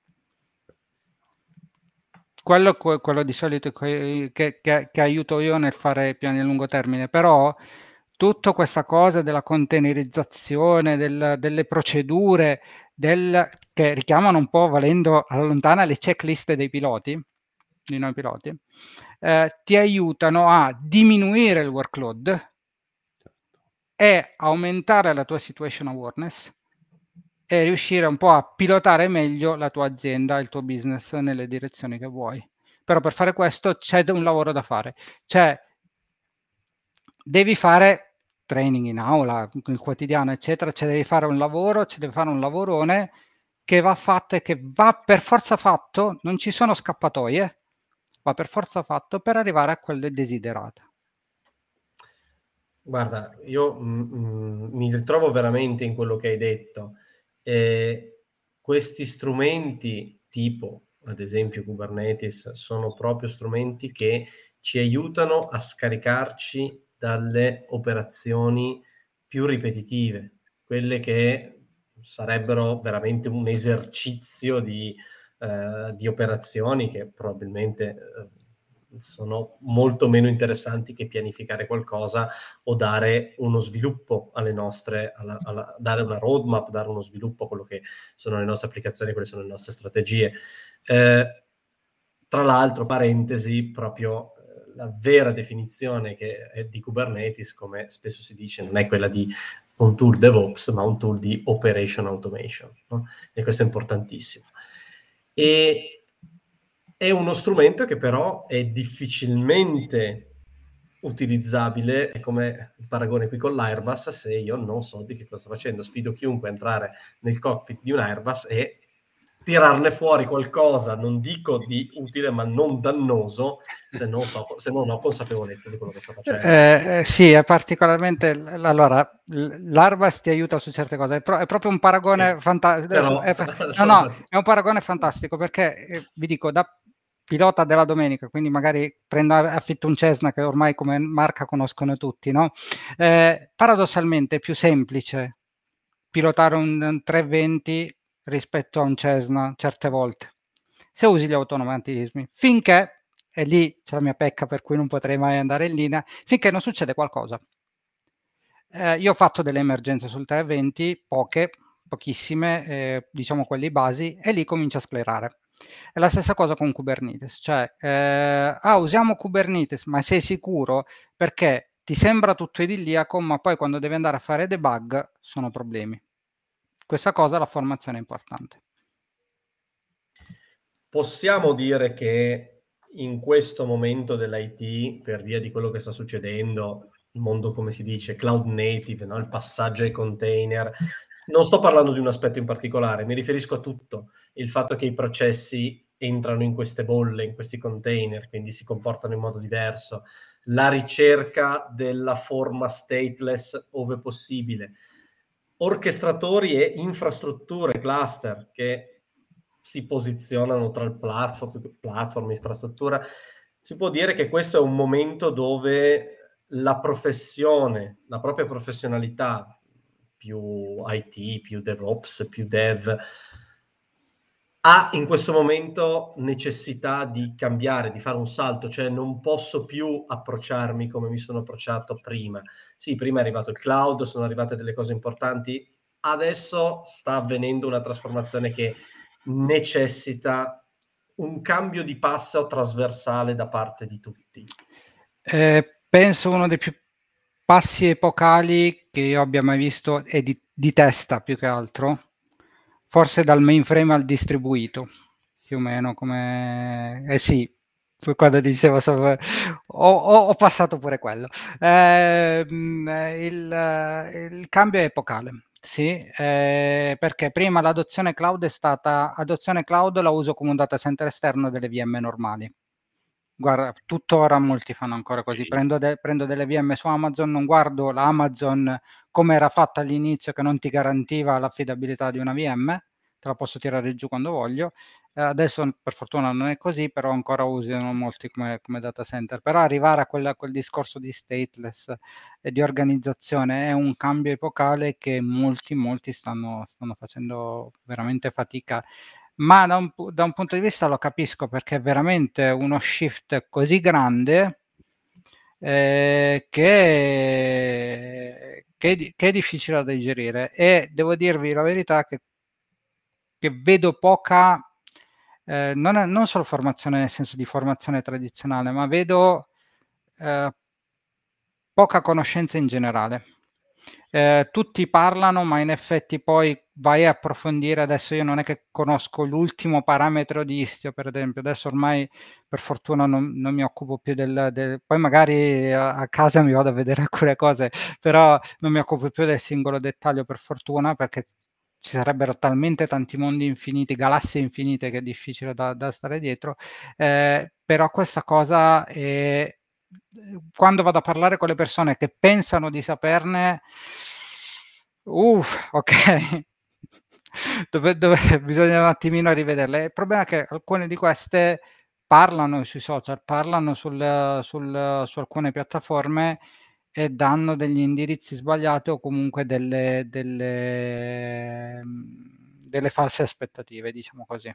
Quello, quello di solito che, che, che aiuto io nel fare piani a lungo termine, però tutta questa cosa della containerizzazione, del, delle procedure, del, che richiamano un po', valendo alla lontana, le checklist dei piloti, di noi piloti, eh, ti aiutano a diminuire il workload e aumentare la tua situation awareness e riuscire un po' a pilotare meglio la tua azienda, il tuo business nelle direzioni che vuoi. Però per fare questo c'è un lavoro da fare, cioè devi fare training in aula, il quotidiano, eccetera, cioè devi fare un lavoro, ci devi fare un lavorone che va fatto e che va per forza fatto, non ci sono scappatoie, va per forza fatto per arrivare a quelle desiderate. Guarda, io mm, mm, mi ritrovo veramente in quello che hai detto. Eh, questi strumenti tipo, ad esempio Kubernetes, sono proprio strumenti che ci aiutano a scaricarci dalle operazioni più ripetitive, quelle che sarebbero veramente un esercizio di, eh, di operazioni che probabilmente eh, sono molto meno interessanti che pianificare qualcosa o dare uno sviluppo alle nostre, alla, alla, dare una roadmap, dare uno sviluppo a quello che sono le nostre applicazioni, quelle sono le nostre strategie. Eh, tra l'altro, parentesi, proprio la vera definizione che è di Kubernetes, come spesso si dice, non è quella di un tool DevOps, ma un tool di operation automation, no? E questo è importantissimo. E è uno strumento che però è difficilmente utilizzabile, è come il paragone qui con l'Airbus, se io non so di che cosa sto facendo. Sfido chiunque a entrare nel cockpit di un Airbus e tirarne fuori qualcosa, non dico di utile, ma non dannoso, se non, so, se non ho consapevolezza di quello che sto facendo. Eh, sì, è particolarmente... Allora, l'Airbus ti aiuta su certe cose, è, pro, è proprio un paragone sì, fantastico. Però, è, no, no, è un paragone fantastico, perché eh, vi dico, da pilota della domenica, quindi magari prendo affitto un Cessna che ormai come marca conoscono tutti, no? Eh, paradossalmente è più semplice pilotare un, un trecentoventi rispetto a un Cessna certe volte, se usi gli automatismi, finché, e lì c'è la mia pecca per cui non potrei mai andare in linea, finché non succede qualcosa. Eh, io ho fatto delle emergenze sul trecentoventi, poche, pochissime, eh, diciamo quelli basi, e lì comincia a sclerare. È la stessa cosa con Kubernetes, cioè, eh, ah, usiamo Kubernetes, ma sei sicuro? Perché ti sembra tutto idilliaco, ma poi quando devi andare a fare debug sono problemi. Questa cosa, la formazione è importante. Possiamo dire che in questo momento dell'I T, per via di quello che sta succedendo, il mondo, come si dice, cloud native, no? Il passaggio ai container, non sto parlando di un aspetto in particolare, mi riferisco a tutto, il fatto che i processi entrano in queste bolle, in questi container, quindi si comportano in modo diverso, la ricerca della forma stateless ove possibile, orchestratori e infrastrutture, cluster, che si posizionano tra il platform, platform, infrastruttura. Si può dire che questo è un momento dove la professione, la propria professionalità, più I T, più DevOps, più Dev, ha in questo momento necessità di cambiare, di fare un salto, cioè non posso più approcciarmi come mi sono approcciato prima. Sì, prima è arrivato il cloud, sono arrivate delle cose importanti, adesso sta avvenendo una trasformazione che necessita un cambio di passo trasversale da parte di tutti. Eh, penso uno dei più passi epocali che io abbia mai visto è di, di testa, più che altro, forse dal mainframe al distribuito, più o meno come... Eh sì, quando dicevo ho, ho, ho passato pure quello. Eh, il, il cambio è epocale. Sì, eh, perché prima l'adozione cloud è stata, adozione cloud la uso come un data center esterno delle V M normali. Guarda, tuttora molti fanno ancora così, Sì. prendo, de, prendo delle V M su Amazon, non guardo la Amazon come era fatta all'inizio, che non ti garantiva l'affidabilità di una V M, te la posso tirare giù quando voglio. Eh, adesso per fortuna non è così, però ancora usano molti come, come data center. Però arrivare a quel, a quel discorso di stateless e di organizzazione è un cambio epocale che molti, molti stanno, stanno facendo veramente fatica. Ma da un, da un punto di vista lo capisco, perché è veramente uno shift così grande eh, che, che, che è difficile da digerire, e devo dirvi la verità che, che vedo poca, eh, non, è, non solo formazione nel senso di formazione tradizionale, ma vedo eh, poca conoscenza in generale. Eh, tutti parlano, ma in effetti poi vai a approfondire. Adesso io non è che conosco l'ultimo parametro di Istio, per esempio, adesso ormai per fortuna non, non mi occupo più del, del... Poi magari a, a casa mi vado a vedere alcune cose, però non mi occupo più del singolo dettaglio, per fortuna, perché ci sarebbero talmente tanti mondi infiniti, galassie infinite, che è difficile da, da stare dietro. Eh, però questa cosa è... Quando vado a parlare con le persone che pensano di saperne, uff, ok, dove, dove bisogna un attimino rivederle. Il problema è che alcune di queste parlano sui social, parlano sul, sul, su alcune piattaforme, e danno degli indirizzi sbagliati o comunque delle, delle, delle false aspettative, diciamo così.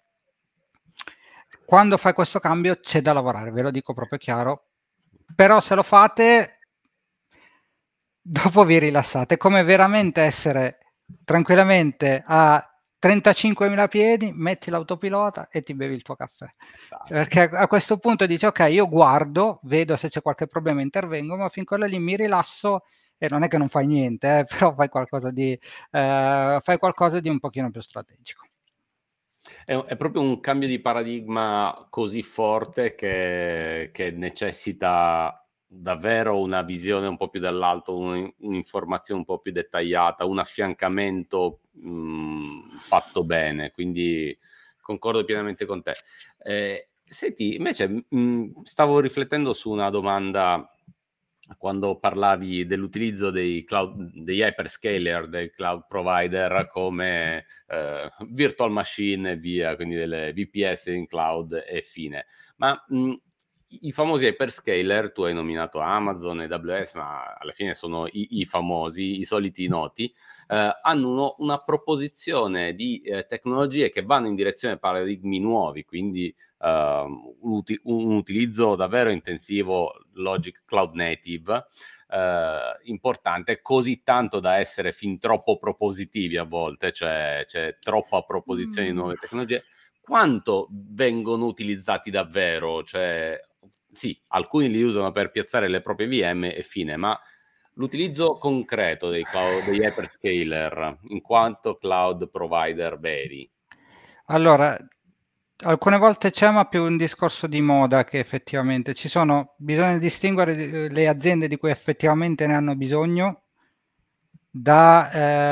Quando fai questo cambio c'è da lavorare, ve lo dico proprio chiaro, però se lo fate dopo vi rilassate, è come veramente essere tranquillamente a trentacinquemila piedi, metti l'autopilota e ti bevi il tuo caffè. Perché a questo punto dici ok, io guardo, vedo se c'è qualche problema, intervengo, ma fin quello lì mi rilasso e non è che non fai niente, eh, però fai qualcosa di, eh, fai qualcosa di un pochino più strategico. È, è proprio un cambio di paradigma così forte che, che necessita davvero una visione un po' più dall'alto, un, un'informazione un po' più dettagliata, un affiancamento mh, fatto bene, quindi concordo pienamente con te. Eh, senti, invece mh, stavo riflettendo su una domanda quando parlavi dell'utilizzo dei cloud, degli hyperscaler, del cloud provider come eh, virtual machine e via, quindi delle V P S in cloud e fine. Ma mh, i famosi hyperscaler, tu hai nominato Amazon e A W S, ma alla fine sono i, i famosi, i soliti noti, eh, hanno uno, una proposizione di eh, tecnologie che vanno in direzione di paradigmi nuovi, quindi uh, un, uti- un utilizzo davvero intensivo, logic cloud native, uh, importante, così tanto da essere fin troppo propositivi a volte, cioè c'è troppa proposizione mm. di nuove tecnologie. Quanto vengono utilizzati davvero? Cioè, sì, alcuni li usano per piazzare le proprie V M e fine, ma l'utilizzo concreto dei, cloud, degli hyperscaler in quanto cloud provider veri? Allora, alcune volte c'è, ma più un discorso di moda che effettivamente ci sono, bisogna distinguere le aziende di cui effettivamente ne hanno bisogno da,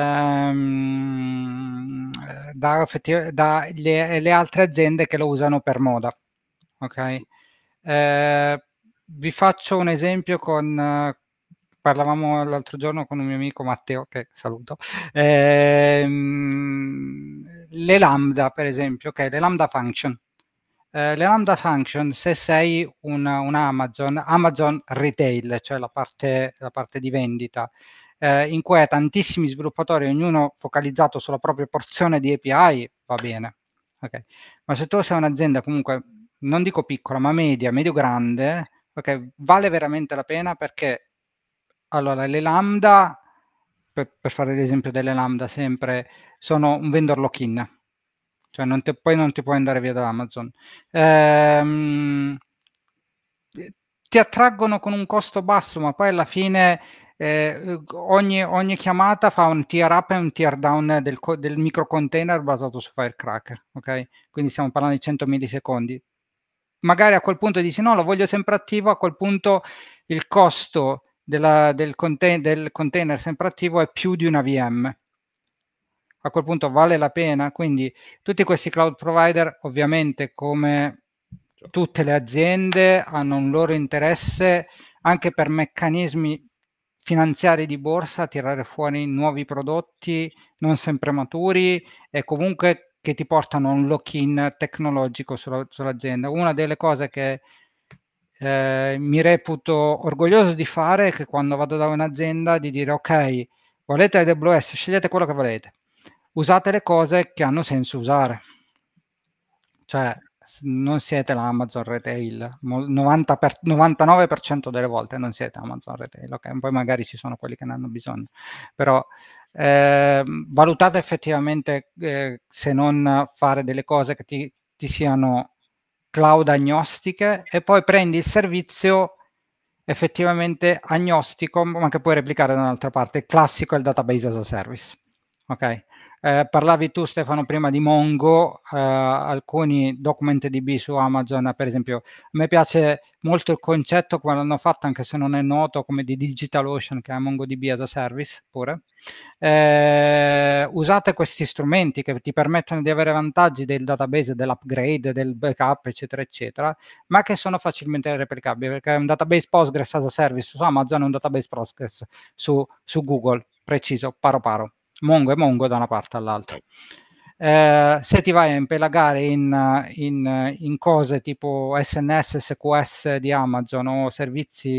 ehm, da, effettiv- da le, le altre aziende che lo usano per moda. Ok? Eh, vi faccio un esempio con, eh, parlavamo l'altro giorno con un mio amico Matteo, che saluto, ehm, le lambda per esempio, ok, le lambda function. Eh, le lambda function, se sei un, un Amazon, Amazon Retail, cioè la parte, la parte di vendita, eh, in cui hai tantissimi sviluppatori, ognuno focalizzato sulla propria porzione di A P I, va bene. Okay. Ma se tu sei un'azienda comunque, non dico piccola, ma media, medio-grande, okay, vale veramente la pena perché, allora, le lambda, per, per fare l'esempio delle lambda sempre, sono un vendor lock-in, cioè non te, poi non ti puoi andare via da Amazon. Ehm, ti attraggono con un costo basso, ma poi alla fine eh, ogni, ogni chiamata fa un tear up e un tear down del, del microcontainer basato su Firecracker, ok? Quindi stiamo parlando di cento millisecondi. Magari a quel punto dici no, lo voglio sempre attivo, a quel punto il costo della, del, contain- del container sempre attivo è più di una V M. A quel punto vale la pena, quindi tutti questi cloud provider ovviamente come tutte le aziende hanno un loro interesse anche per meccanismi finanziari di borsa a tirare fuori nuovi prodotti non sempre maturi e comunque che ti portano un lock-in tecnologico sulla, sull'azienda. Una delle cose che eh, mi reputo orgoglioso di fare è che quando vado da un'azienda di dire ok, volete A W S, scegliete quello che volete, usate le cose che hanno senso usare, cioè non siete l'Amazon Retail, novanta per, novantanove per cento delle volte non siete Amazon Retail, ok? Poi magari ci sono quelli che ne hanno bisogno, però eh, valutate effettivamente eh, se non fare delle cose che ti, ti siano cloud agnostiche e poi prendi il servizio effettivamente agnostico, ma che puoi replicare da un'altra parte. Il classico è il database as a service, ok? Eh, parlavi tu Stefano prima di Mongo, eh, alcuni DocumentDB su Amazon, per esempio, a me piace molto il concetto come l'hanno fatto, anche se non è noto, come di DigitalOcean, che è MongoDB as a service pure. Eh, usate questi strumenti che ti permettono di avere vantaggi del database, dell'upgrade, del backup, eccetera, eccetera, ma che sono facilmente replicabili, perché un database Postgres as a service su Amazon è un database Postgres su, su Google, preciso, paro paro. Mongo e Mongo da una parte all'altra. Eh, se ti vai a impelagare in, in, in cose tipo S N S, S Q S di Amazon o servizi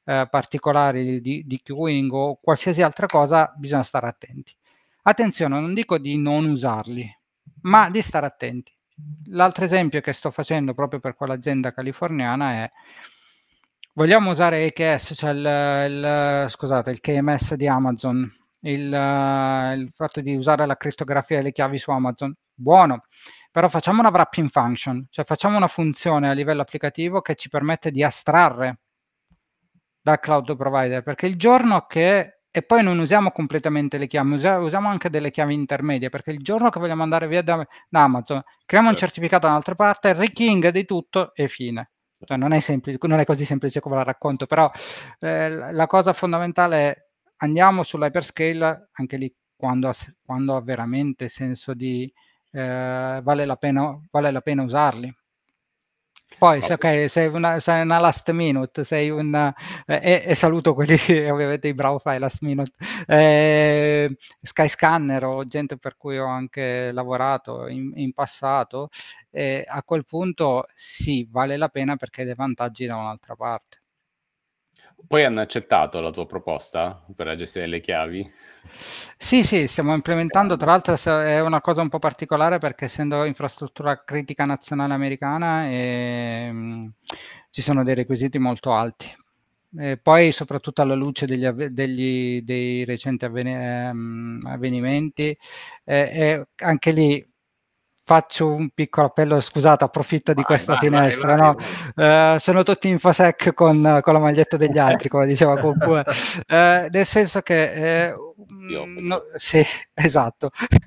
eh, particolari di, di queuing o qualsiasi altra cosa, bisogna stare attenti. Attenzione, non dico di non usarli, ma di stare attenti. L'altro esempio che sto facendo proprio per quell'azienda californiana è: vogliamo usare A K S, cioè il, il, scusate, il K M S di Amazon, il, uh, il fatto di usare la crittografia delle chiavi su Amazon, buono, però facciamo una wrapping function, cioè facciamo una funzione a livello applicativo che ci permette di astrarre dal cloud provider, perché il giorno che, e poi non usiamo completamente le chiavi, usiamo, usiamo anche delle chiavi intermedie, perché il giorno che vogliamo andare via da, da Amazon, creiamo certo. un certificato da un'altra parte, riking di tutto e fine. Cioè, non, è semplice, non è così semplice come la racconto, però eh, la cosa fondamentale è: andiamo sull'hyperscale, anche lì quando, quando ha veramente senso di eh, vale la pena, vale la pena usarli. Poi, se, ok, sei una, sei una last minute, sei un eh, e, e saluto quelli ovviamente i bravo fai last minute, eh, Skyscanner o gente per cui ho anche lavorato in, in passato, eh, a quel punto sì, vale la pena perché hai dei vantaggi da un'altra parte. Poi hanno accettato la tua proposta per la gestione delle chiavi? Sì, sì, stiamo implementando, tra l'altro è una cosa un po' particolare perché essendo infrastruttura critica nazionale americana ehm, ci sono dei requisiti molto alti. E poi soprattutto alla luce degli, degli, dei recenti avven- avvenimenti, eh, anche lì faccio un piccolo appello, scusate, approfitto di vai, questa vai, finestra, vai, no? vai. Eh, sono tutti infosec con, con la maglietta degli altri, come diceva qualcuno, eh, nel senso che eh, no, sì, esatto.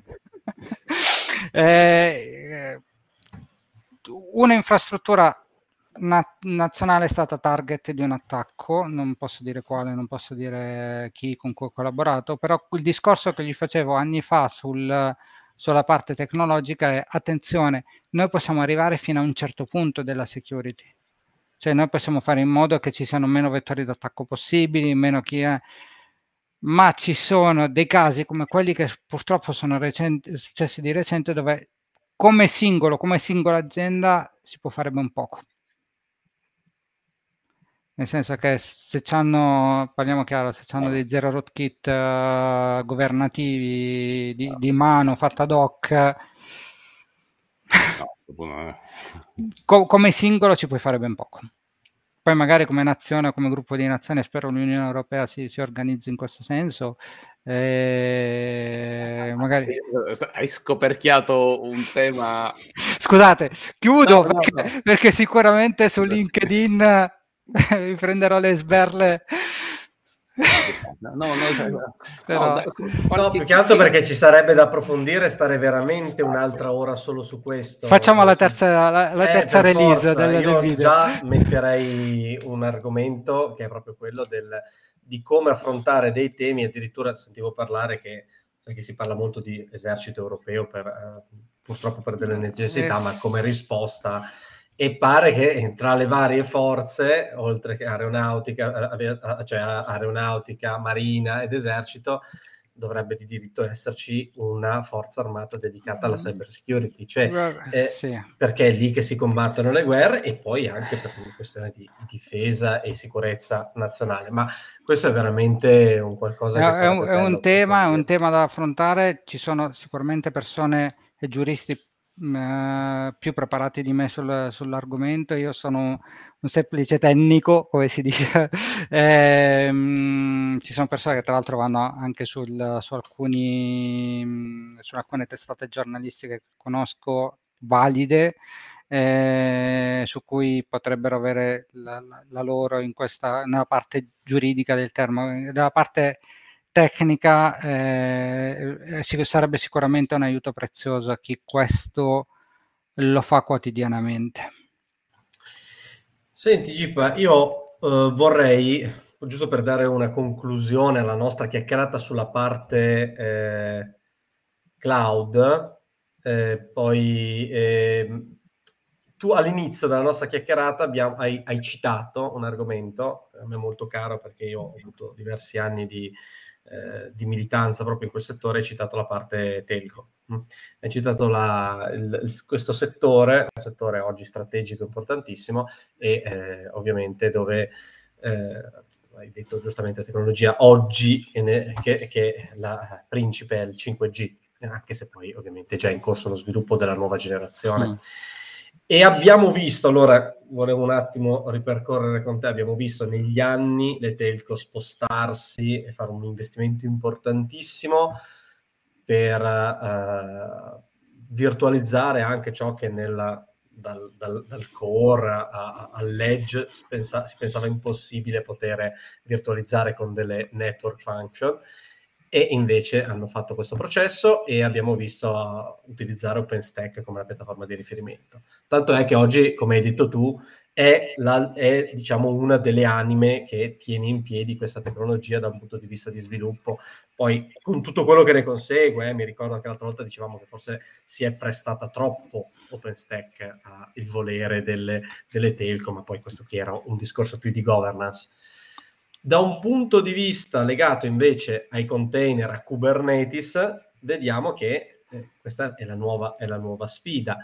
eh, una infrastruttura na- nazionale è stata target di un attacco, non posso dire quale, non posso dire chi con cui ho collaborato, però il discorso che gli facevo anni fa sul, sulla parte tecnologica è: attenzione, noi possiamo arrivare fino a un certo punto della security, cioè noi possiamo fare in modo che ci siano meno vettori d'attacco possibili, meno chi è, ma ci sono dei casi come quelli che purtroppo sono recenti, successi di recente, dove come singolo, come singola azienda si può fare ben poco. Nel senso che se c'hanno, parliamo chiaro, se c'hanno dei zero rootkit uh, governativi di, di mano fatta ad hoc, no, co- come singolo ci puoi fare ben poco. Poi magari come nazione o come gruppo di nazioni, spero l'Unione Europea si, si organizzi in questo senso. Eh, magari... Hai scoperchiato un tema. Scusate, chiudo no, perché, no, no. perché sicuramente su LinkedIn vi prenderò le sberle. No, no, no, Però... no, no, più che altro perché ci sarebbe da approfondire e stare veramente un'altra ora solo su questo. Facciamo la terza, la, la terza eh, release del, Io del video. Già metterei un argomento che è proprio quello del, di come affrontare dei temi. Addirittura sentivo parlare che, sai che si parla molto di esercito europeo per, eh, purtroppo per delle necessità, eh. ma come risposta. E pare che tra le varie forze, oltre che aeronautica, cioè aeronautica, marina ed esercito, dovrebbe di diritto esserci una forza armata dedicata alla cyber security, cioè eh, sì. perché è lì che si combattono le guerre e poi anche per una questione di difesa e sicurezza nazionale. Ma questo è veramente un qualcosa che è, un, è un tema, è un tema da affrontare. Ci sono sicuramente persone e giuristi Uh, più preparati di me sul, sull'argomento. Io sono un semplice tecnico, come si dice. eh, mh, ci sono persone che tra l'altro vanno anche sul, su alcuni mh, su alcune testate giornalistiche che conosco valide, eh, su cui potrebbero avere la, la, la loro in questa, nella parte giuridica del termine, della parte tecnica, eh, sarebbe sicuramente un aiuto prezioso a chi questo lo fa quotidianamente. Senti Gipa, io eh, vorrei, giusto per dare una conclusione alla nostra chiacchierata sulla parte eh, cloud, eh, poi eh, tu all'inizio della nostra chiacchierata abbiamo, hai, hai citato un argomento a me molto caro, perché io ho avuto diversi anni di Eh, di militanza proprio in quel settore. Hai citato la parte telco, mm? hai citato la, il, questo settore, un settore oggi strategico importantissimo e eh, ovviamente dove eh, hai detto giustamente, tecnologia oggi che, ne, che, che la principe è il cinque G, anche se poi ovviamente è già in corso lo sviluppo della nuova generazione. Mm. E abbiamo visto, allora volevo un attimo ripercorrere con te, abbiamo visto negli anni le telco spostarsi e fare un investimento importantissimo per uh, virtualizzare anche ciò che nella, dal, dal, dal core a, a, all'edge si, pensa, si pensava impossibile poter virtualizzare con delle network function, e invece hanno fatto questo processo e abbiamo visto uh, utilizzare OpenStack come la piattaforma di riferimento. Tanto è che oggi, come hai detto tu, è, la, è diciamo una delle anime che tiene in piedi questa tecnologia da un punto di vista di sviluppo. Poi con tutto quello che ne consegue, eh, mi ricordo che l'altra volta dicevamo che forse si è prestata troppo OpenStack al volere delle, delle telco, ma poi questo qui era un discorso più di governance. Da un punto di vista legato invece ai container, a Kubernetes, vediamo che eh, questa è la nuova, è la nuova sfida.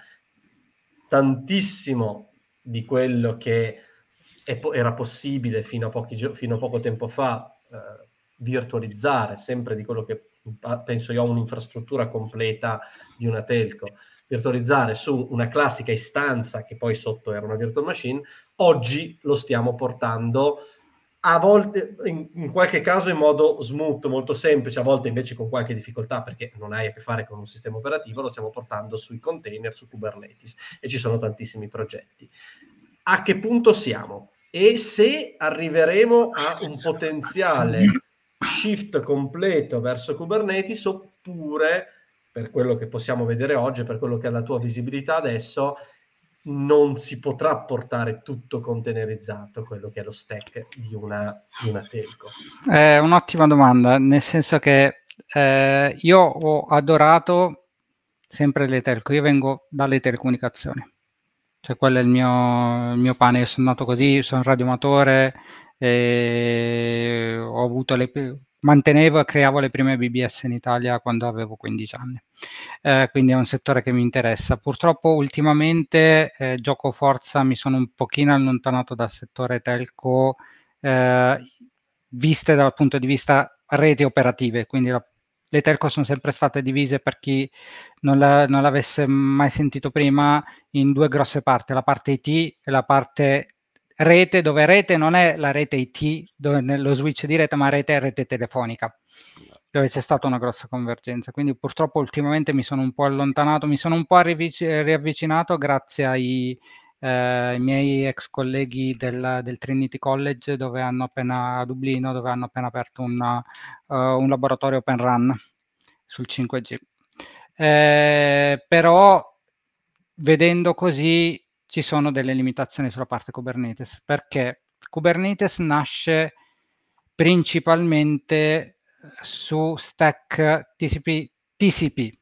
Tantissimo di quello che è po- era possibile fino a, pochi gio- fino a poco tempo fa eh, virtualizzare, sempre di quello che penso io a un'infrastruttura completa di una telco, virtualizzare su una classica istanza che poi sotto era una virtual machine, oggi lo stiamo portando a volte, in, in qualche caso in modo smooth, molto semplice, a volte invece con qualche difficoltà perché non hai a che fare con un sistema operativo, lo stiamo portando sui container, su Kubernetes, e ci sono tantissimi progetti. A che punto siamo? E se arriveremo a un potenziale shift completo verso Kubernetes, oppure, per quello che possiamo vedere oggi, per quello che è la tua visibilità adesso, non si potrà portare tutto containerizzato, quello che è lo stack di una, di una telco? È un'ottima domanda, nel senso che eh, io ho adorato sempre le telco, io vengo dalle telecomunicazioni, cioè quello è il mio, il mio pane, io sono nato così, sono radioamatore, e ho avuto le, mantenevo e creavo le prime B B S in Italia quando avevo quindici anni, eh, quindi è un settore che mi interessa. Purtroppo ultimamente eh, gioco forza, mi sono un pochino allontanato dal settore telco, eh, viste dal punto di vista reti operative, quindi la, le telco sono sempre state divise, per chi non, la, non l'avesse mai sentito prima, in due grosse parti, la parte I T e la parte rete, dove rete non è la rete I T, dove nello switch di rete, ma rete è rete telefonica, dove c'è stata una grossa convergenza. Quindi purtroppo ultimamente mi sono un po' allontanato, mi sono un po' rivic- riavvicinato grazie ai eh, i miei ex colleghi del, del Trinity College, dove hanno appena, a Dublino, dove hanno appena aperto una, uh, un laboratorio Open Run sul cinque G. Eh, però vedendo così ci sono delle limitazioni sulla parte Kubernetes, perché Kubernetes nasce principalmente su stack T C P, T C P,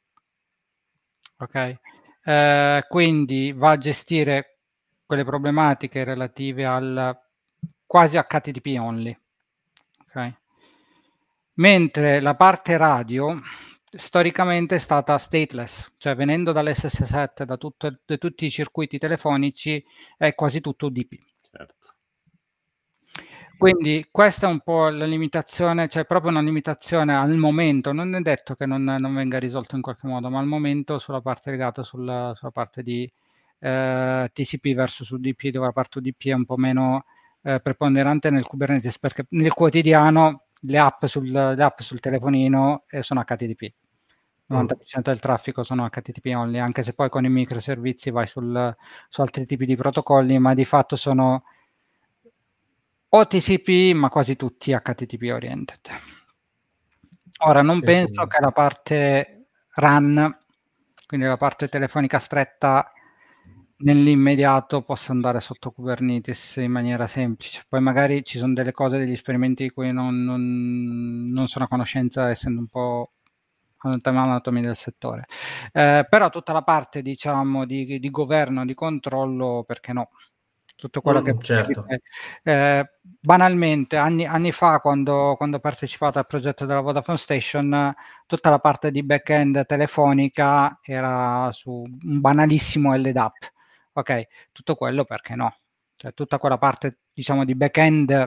ok? Eh, quindi va a gestire quelle problematiche relative al quasi H T T P only, ok? Mentre la parte radio storicamente è stata stateless, cioè venendo dall'S S sette, da, tutto, da tutti i circuiti telefonici, è quasi tutto U D P. Certo. Quindi questa è un po' la limitazione, cioè proprio una limitazione al momento, non è detto che non, non venga risolto in qualche modo, ma al momento sulla parte legata sulla, sulla parte di eh, T C P versus U D P, dove la parte U D P è un po' meno eh, preponderante nel Kubernetes, perché nel quotidiano le app sul, le app sul telefonino eh, sono H T T P. Il novanta per cento del traffico sono H T T P only, anche se poi con i microservizi vai sul, su altri tipi di protocolli, ma di fatto sono o T C P, ma quasi tutti H T T P oriented. Ora, non sì, penso sì. che la parte R A N, quindi la parte telefonica stretta, nell'immediato possa andare sotto Kubernetes in maniera semplice. Poi magari ci sono delle cose, degli esperimenti di cui non, non, non sono a conoscenza, essendo un po' anatomia del settore. Eh, però tutta la parte, diciamo, di, di governo, di controllo, perché no? Tutto quello mm, che certo. eh, banalmente anni, anni fa, quando, quando ho partecipato al progetto della Vodafone Station, tutta la parte di back-end telefonica era su un banalissimo L D A P. Ok, tutto quello perché no? Cioè tutta quella parte, diciamo, di back-end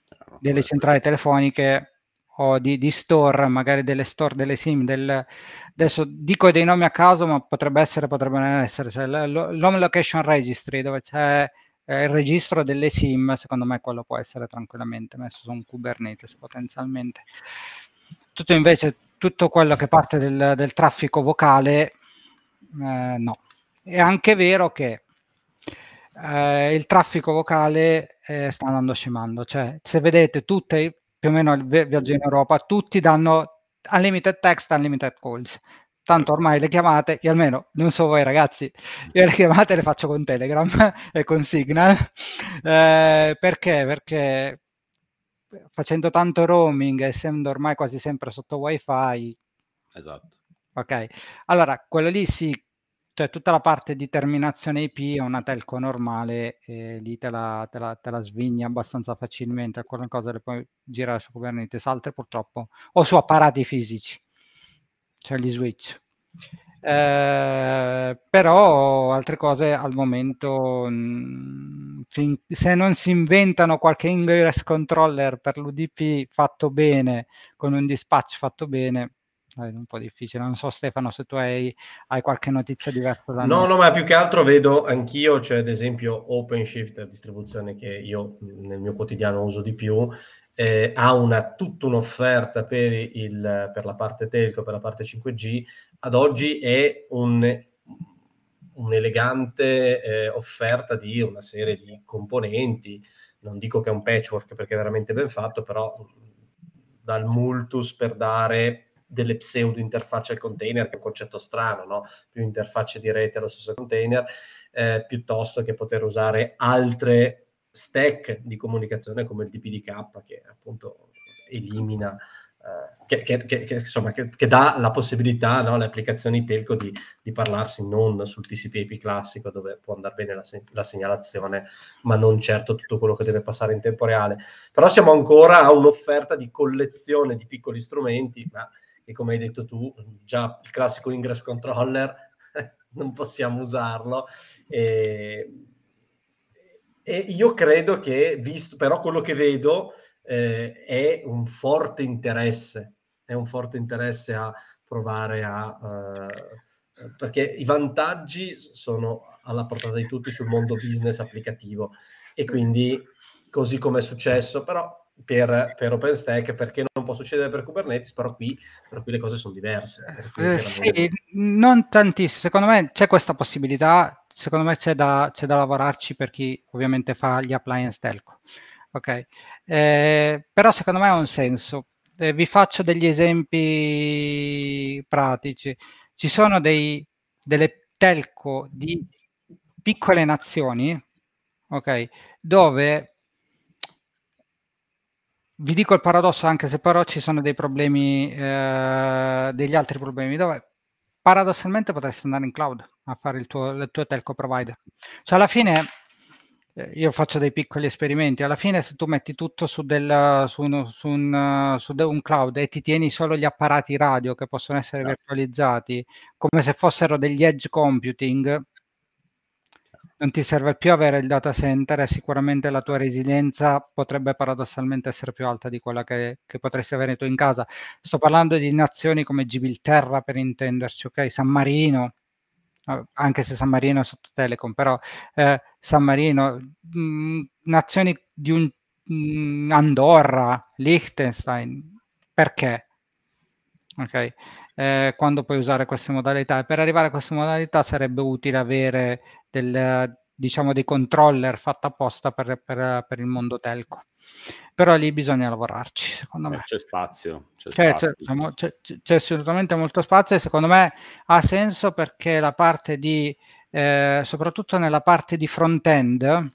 delle centrali telefoniche o di, di store, magari delle store, delle SIM, del, adesso dico dei nomi a caso, ma potrebbe essere, potrebbe non essere, cioè l'Home Location Registry, dove c'è eh, il registro delle SIM, secondo me quello può essere tranquillamente messo su un Kubernetes potenzialmente. Tutto invece, tutto quello che parte del, del traffico vocale, eh, no. È anche vero che eh, il traffico vocale eh, sta andando scemando, cioè se vedete tutte, più o meno il viaggio in Europa, tutti danno unlimited text, unlimited calls. Tanto ormai le chiamate, io almeno, non so voi ragazzi, io le chiamate le faccio con Telegram e con Signal. Eh, perché? Perché facendo tanto roaming, essendo ormai quasi sempre sotto wifi. Esatto. Ok, allora quello lì sì, cioè tutta la parte di terminazione I P è una telco normale e lì te la, te la, te la svigni abbastanza facilmente, alcune cose le puoi girare su Kubernetes, altre purtroppo, o su apparati fisici, cioè gli switch. Eh, però altre cose al momento, mh, fin, se non si inventano qualche ingress controller per l'U D P fatto bene, con un dispatch fatto bene, è un po' difficile. Non so Stefano se tu hai, hai qualche notizia diversa da No, me. no, ma più che altro vedo anch'io, cioè ad esempio OpenShift, distribuzione che io nel mio quotidiano uso di più, eh, ha una, tutta un'offerta per, il, per la parte telco, per la parte cinque G, ad oggi è un, un'elegante eh, offerta di una serie di componenti, non dico che è un patchwork perché è veramente ben fatto, però dal multus per dare delle pseudo interfacce al container, che è un concetto strano, no? Più interfacce di rete allo stesso container, eh, piuttosto che poter usare altre stack di comunicazione come il D P D K, che appunto elimina, eh, che, che, che, che, insomma, che, che dà la possibilità, no, alle applicazioni telco di, di parlarsi non sul T C P I P classico, dove può andare bene la, la segnalazione, ma non certo tutto quello che deve passare in tempo reale. Però siamo ancora a un'offerta di collezione di piccoli strumenti, ma che come hai detto tu, già il classico ingress controller non possiamo usarlo. E, e io credo che, visto però quello che vedo, eh, è un forte interesse, è un forte interesse a provare a... Uh, perché i vantaggi sono alla portata di tutti sul mondo business applicativo, e quindi così come è successo, però per, per OpenStack, perché non può succedere per Kubernetes, però qui, però qui le cose sono diverse. Eh, sì, non tantissimo, secondo me c'è questa possibilità, secondo me c'è da, c'è da lavorarci per chi ovviamente fa gli appliance telco, ok? Eh, però secondo me ha un senso. Eh, vi faccio degli esempi pratici. Ci sono dei, delle telco di piccole nazioni, ok, dove vi dico il paradosso, anche se però ci sono dei problemi, eh, degli altri problemi, dove paradossalmente potresti andare in cloud a fare il tuo, il tuo telco provider. Cioè alla fine, eh, io faccio dei piccoli esperimenti, alla fine se tu metti tutto su, del, su, uno, su, un, su un cloud e ti tieni solo gli apparati radio che possono essere no. virtualizzati, come se fossero degli edge computing, non ti serve più avere il data center e sicuramente la tua resilienza potrebbe paradossalmente essere più alta di quella che, che potresti avere tu in casa. Sto parlando di nazioni come Gibilterra, per intenderci, ok? San Marino, anche se San Marino è sotto Telecom, però eh, San Marino, mh, nazioni di un mh, Andorra, Liechtenstein, perché? Ok? Eh, quando puoi usare queste modalità, e per arrivare a queste modalità sarebbe utile avere del, diciamo, dei controller fatti apposta per, per, per il mondo telco, però lì bisogna lavorarci, secondo me. C'è spazio, c'è, c'è, spazio. C'è, c'è, c'è assolutamente molto spazio, e secondo me ha senso perché la parte di eh, soprattutto nella parte di front-end,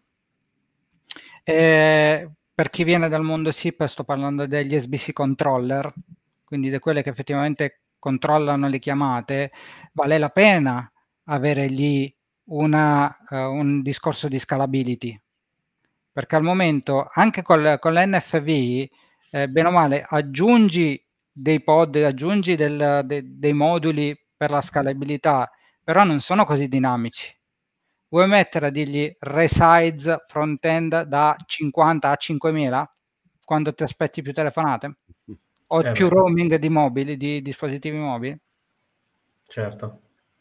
eh, per chi viene dal mondo S I P, sto parlando degli S B C controller, quindi di quelle che effettivamente controllano le chiamate, vale la pena avere lì una, uh, un discorso di scalability, perché al momento anche col, con l'N F V, eh, bene o male, aggiungi dei pod, aggiungi del, de, dei moduli per la scalabilità, però non sono così dinamici. Vuoi mettere a dirgli resize front-end da cinquanta a cinquemila? quando ti aspetti più telefonate? O Eh più beh. roaming di mobili, di dispositivi mobili? Certo.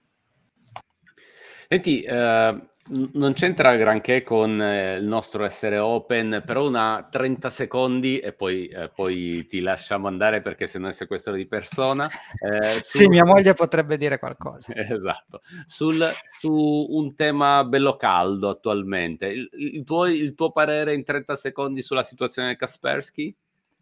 Senti, eh, non c'entra granché con eh, il nostro essere open, però una trenta secondi e poi, eh, poi ti lasciamo andare perché sennò è sequestro di persona. Eh, su... Sì, mia moglie potrebbe dire qualcosa. Esatto. Sul, su un tema bello caldo attualmente, il, il, tuo, il tuo parere in trenta secondi sulla situazione del Kaspersky?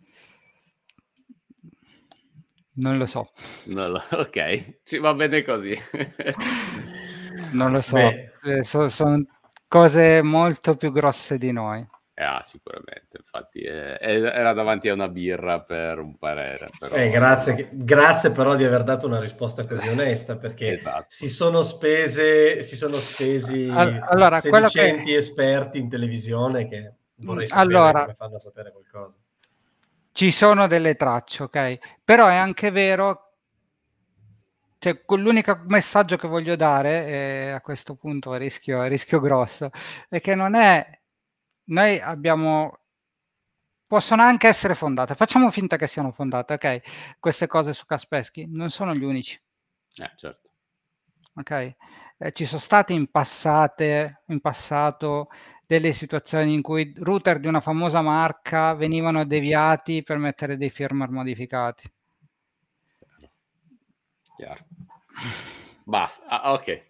Non lo so. Non lo, ok, ci va bene così. Non lo so. Beh. Eh, so, sono cose molto più grosse di noi. Eh, ah, sicuramente, infatti eh, era davanti a una birra per un parere. Però... Eh, grazie, grazie però di aver dato una risposta così onesta, perché esatto. si sono spese, si sono spesi allora, sedicenti che... esperti in televisione che vorrei sapere allora, come fanno a sapere qualcosa. Ci sono delle tracce, ok? Però è anche vero, cioè, l'unico messaggio che voglio dare, e a questo punto rischio, rischio grosso, è che non è, noi abbiamo, possono anche essere fondate, facciamo finta che siano fondate, ok? Queste cose su Kaspersky non sono gli unici. Eh, certo. Ok? Eh, ci sono state in passate, in passato delle situazioni in cui router di una famosa marca venivano deviati per mettere dei firmware modificati. Chiaro. Chiaro. Basta. Ah, ok.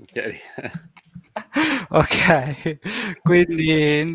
Ok, quindi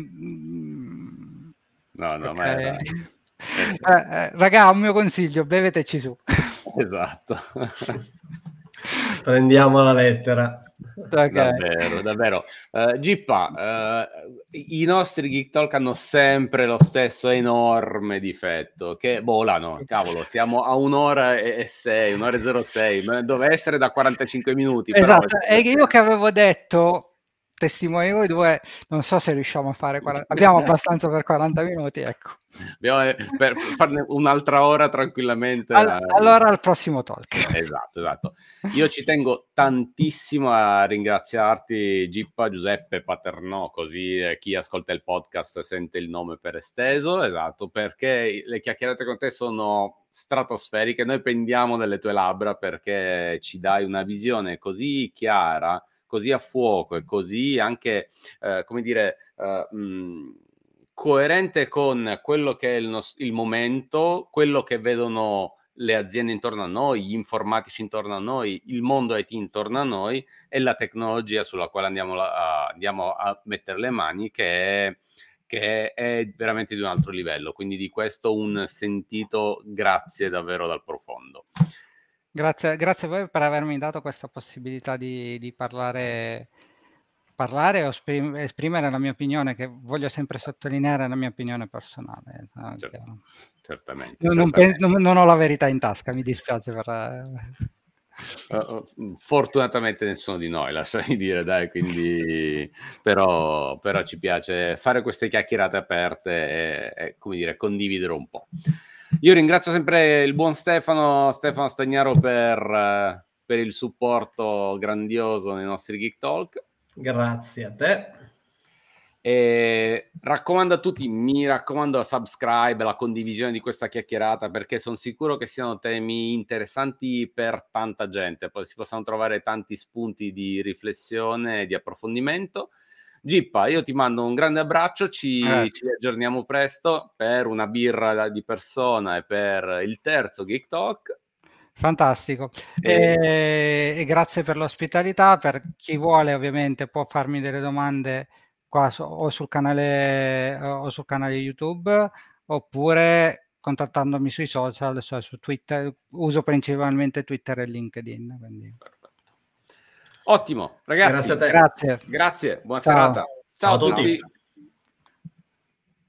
no, no, okay. ma era... eh, eh, raga, un mio consiglio, beveteci su. Esatto. Prendiamo la lettera. Okay. Davvero, davvero. Uh, Gippa, uh, i nostri Geek Talk hanno sempre lo stesso enorme difetto, che volano, cavolo, siamo a un'ora e sei, un'ora e zero sei, doveva essere da quarantacinque minuti. Esatto, però... e io che avevo detto, testimoni voi due, non so se riusciamo a fare quaranta, abbiamo abbastanza per quaranta minuti, ecco. Abbiamo, per farne un'altra ora tranquillamente. All- allora al prossimo talk. Esatto, esatto. Io ci tengo tantissimo a ringraziarti, Gippa, Giuseppe Paternò, così chi ascolta il podcast sente il nome per esteso, esatto, perché le chiacchierate con te sono stratosferiche, noi pendiamo nelle tue labbra perché ci dai una visione così chiara, così a fuoco e così anche, eh, come dire, eh, mh, coerente con quello che è il, nos- il momento, quello che vedono le aziende intorno a noi, gli informatici intorno a noi, il mondo I T intorno a noi e la tecnologia sulla quale andiamo a, andiamo a mettere le mani, che è, che è veramente di un altro livello. Quindi di questo un sentito grazie davvero dal profondo. Grazie, grazie a voi per avermi dato questa possibilità di, di parlare, parlare o esprimere la mia opinione, che voglio sempre sottolineare la mia opinione personale. Certo, certamente, non, non, certamente. non, non ho la verità in tasca, mi dispiace per... Uh, fortunatamente nessuno di noi, lasciami dire, dai, quindi però, però ci piace fare queste chiacchierate aperte e, e come dire, condividere un po'. Io ringrazio sempre il buon Stefano, Stefano Stagnaro per, per il supporto grandioso nei nostri Geek Talk. Grazie a te. E raccomando a tutti, mi raccomando la subscribe, la condivisione di questa chiacchierata, perché sono sicuro che siano temi interessanti per tanta gente, poi si possano trovare tanti spunti di riflessione e di approfondimento. Gippa, io ti mando un grande abbraccio, ci, eh. ci aggiorniamo presto per una birra di persona e per il terzo Geek Talk. Fantastico, e... E, e grazie per l'ospitalità. Per chi vuole ovviamente può farmi delle domande qua su, o sul canale o sul canale YouTube, oppure contattandomi sui social, cioè su Twitter. Uso principalmente Twitter e LinkedIn, quindi... Ottimo, ragazzi. Grazie a te. Grazie. Grazie, buona Ciao. serata. Ciao, Ciao a tutti. tutti.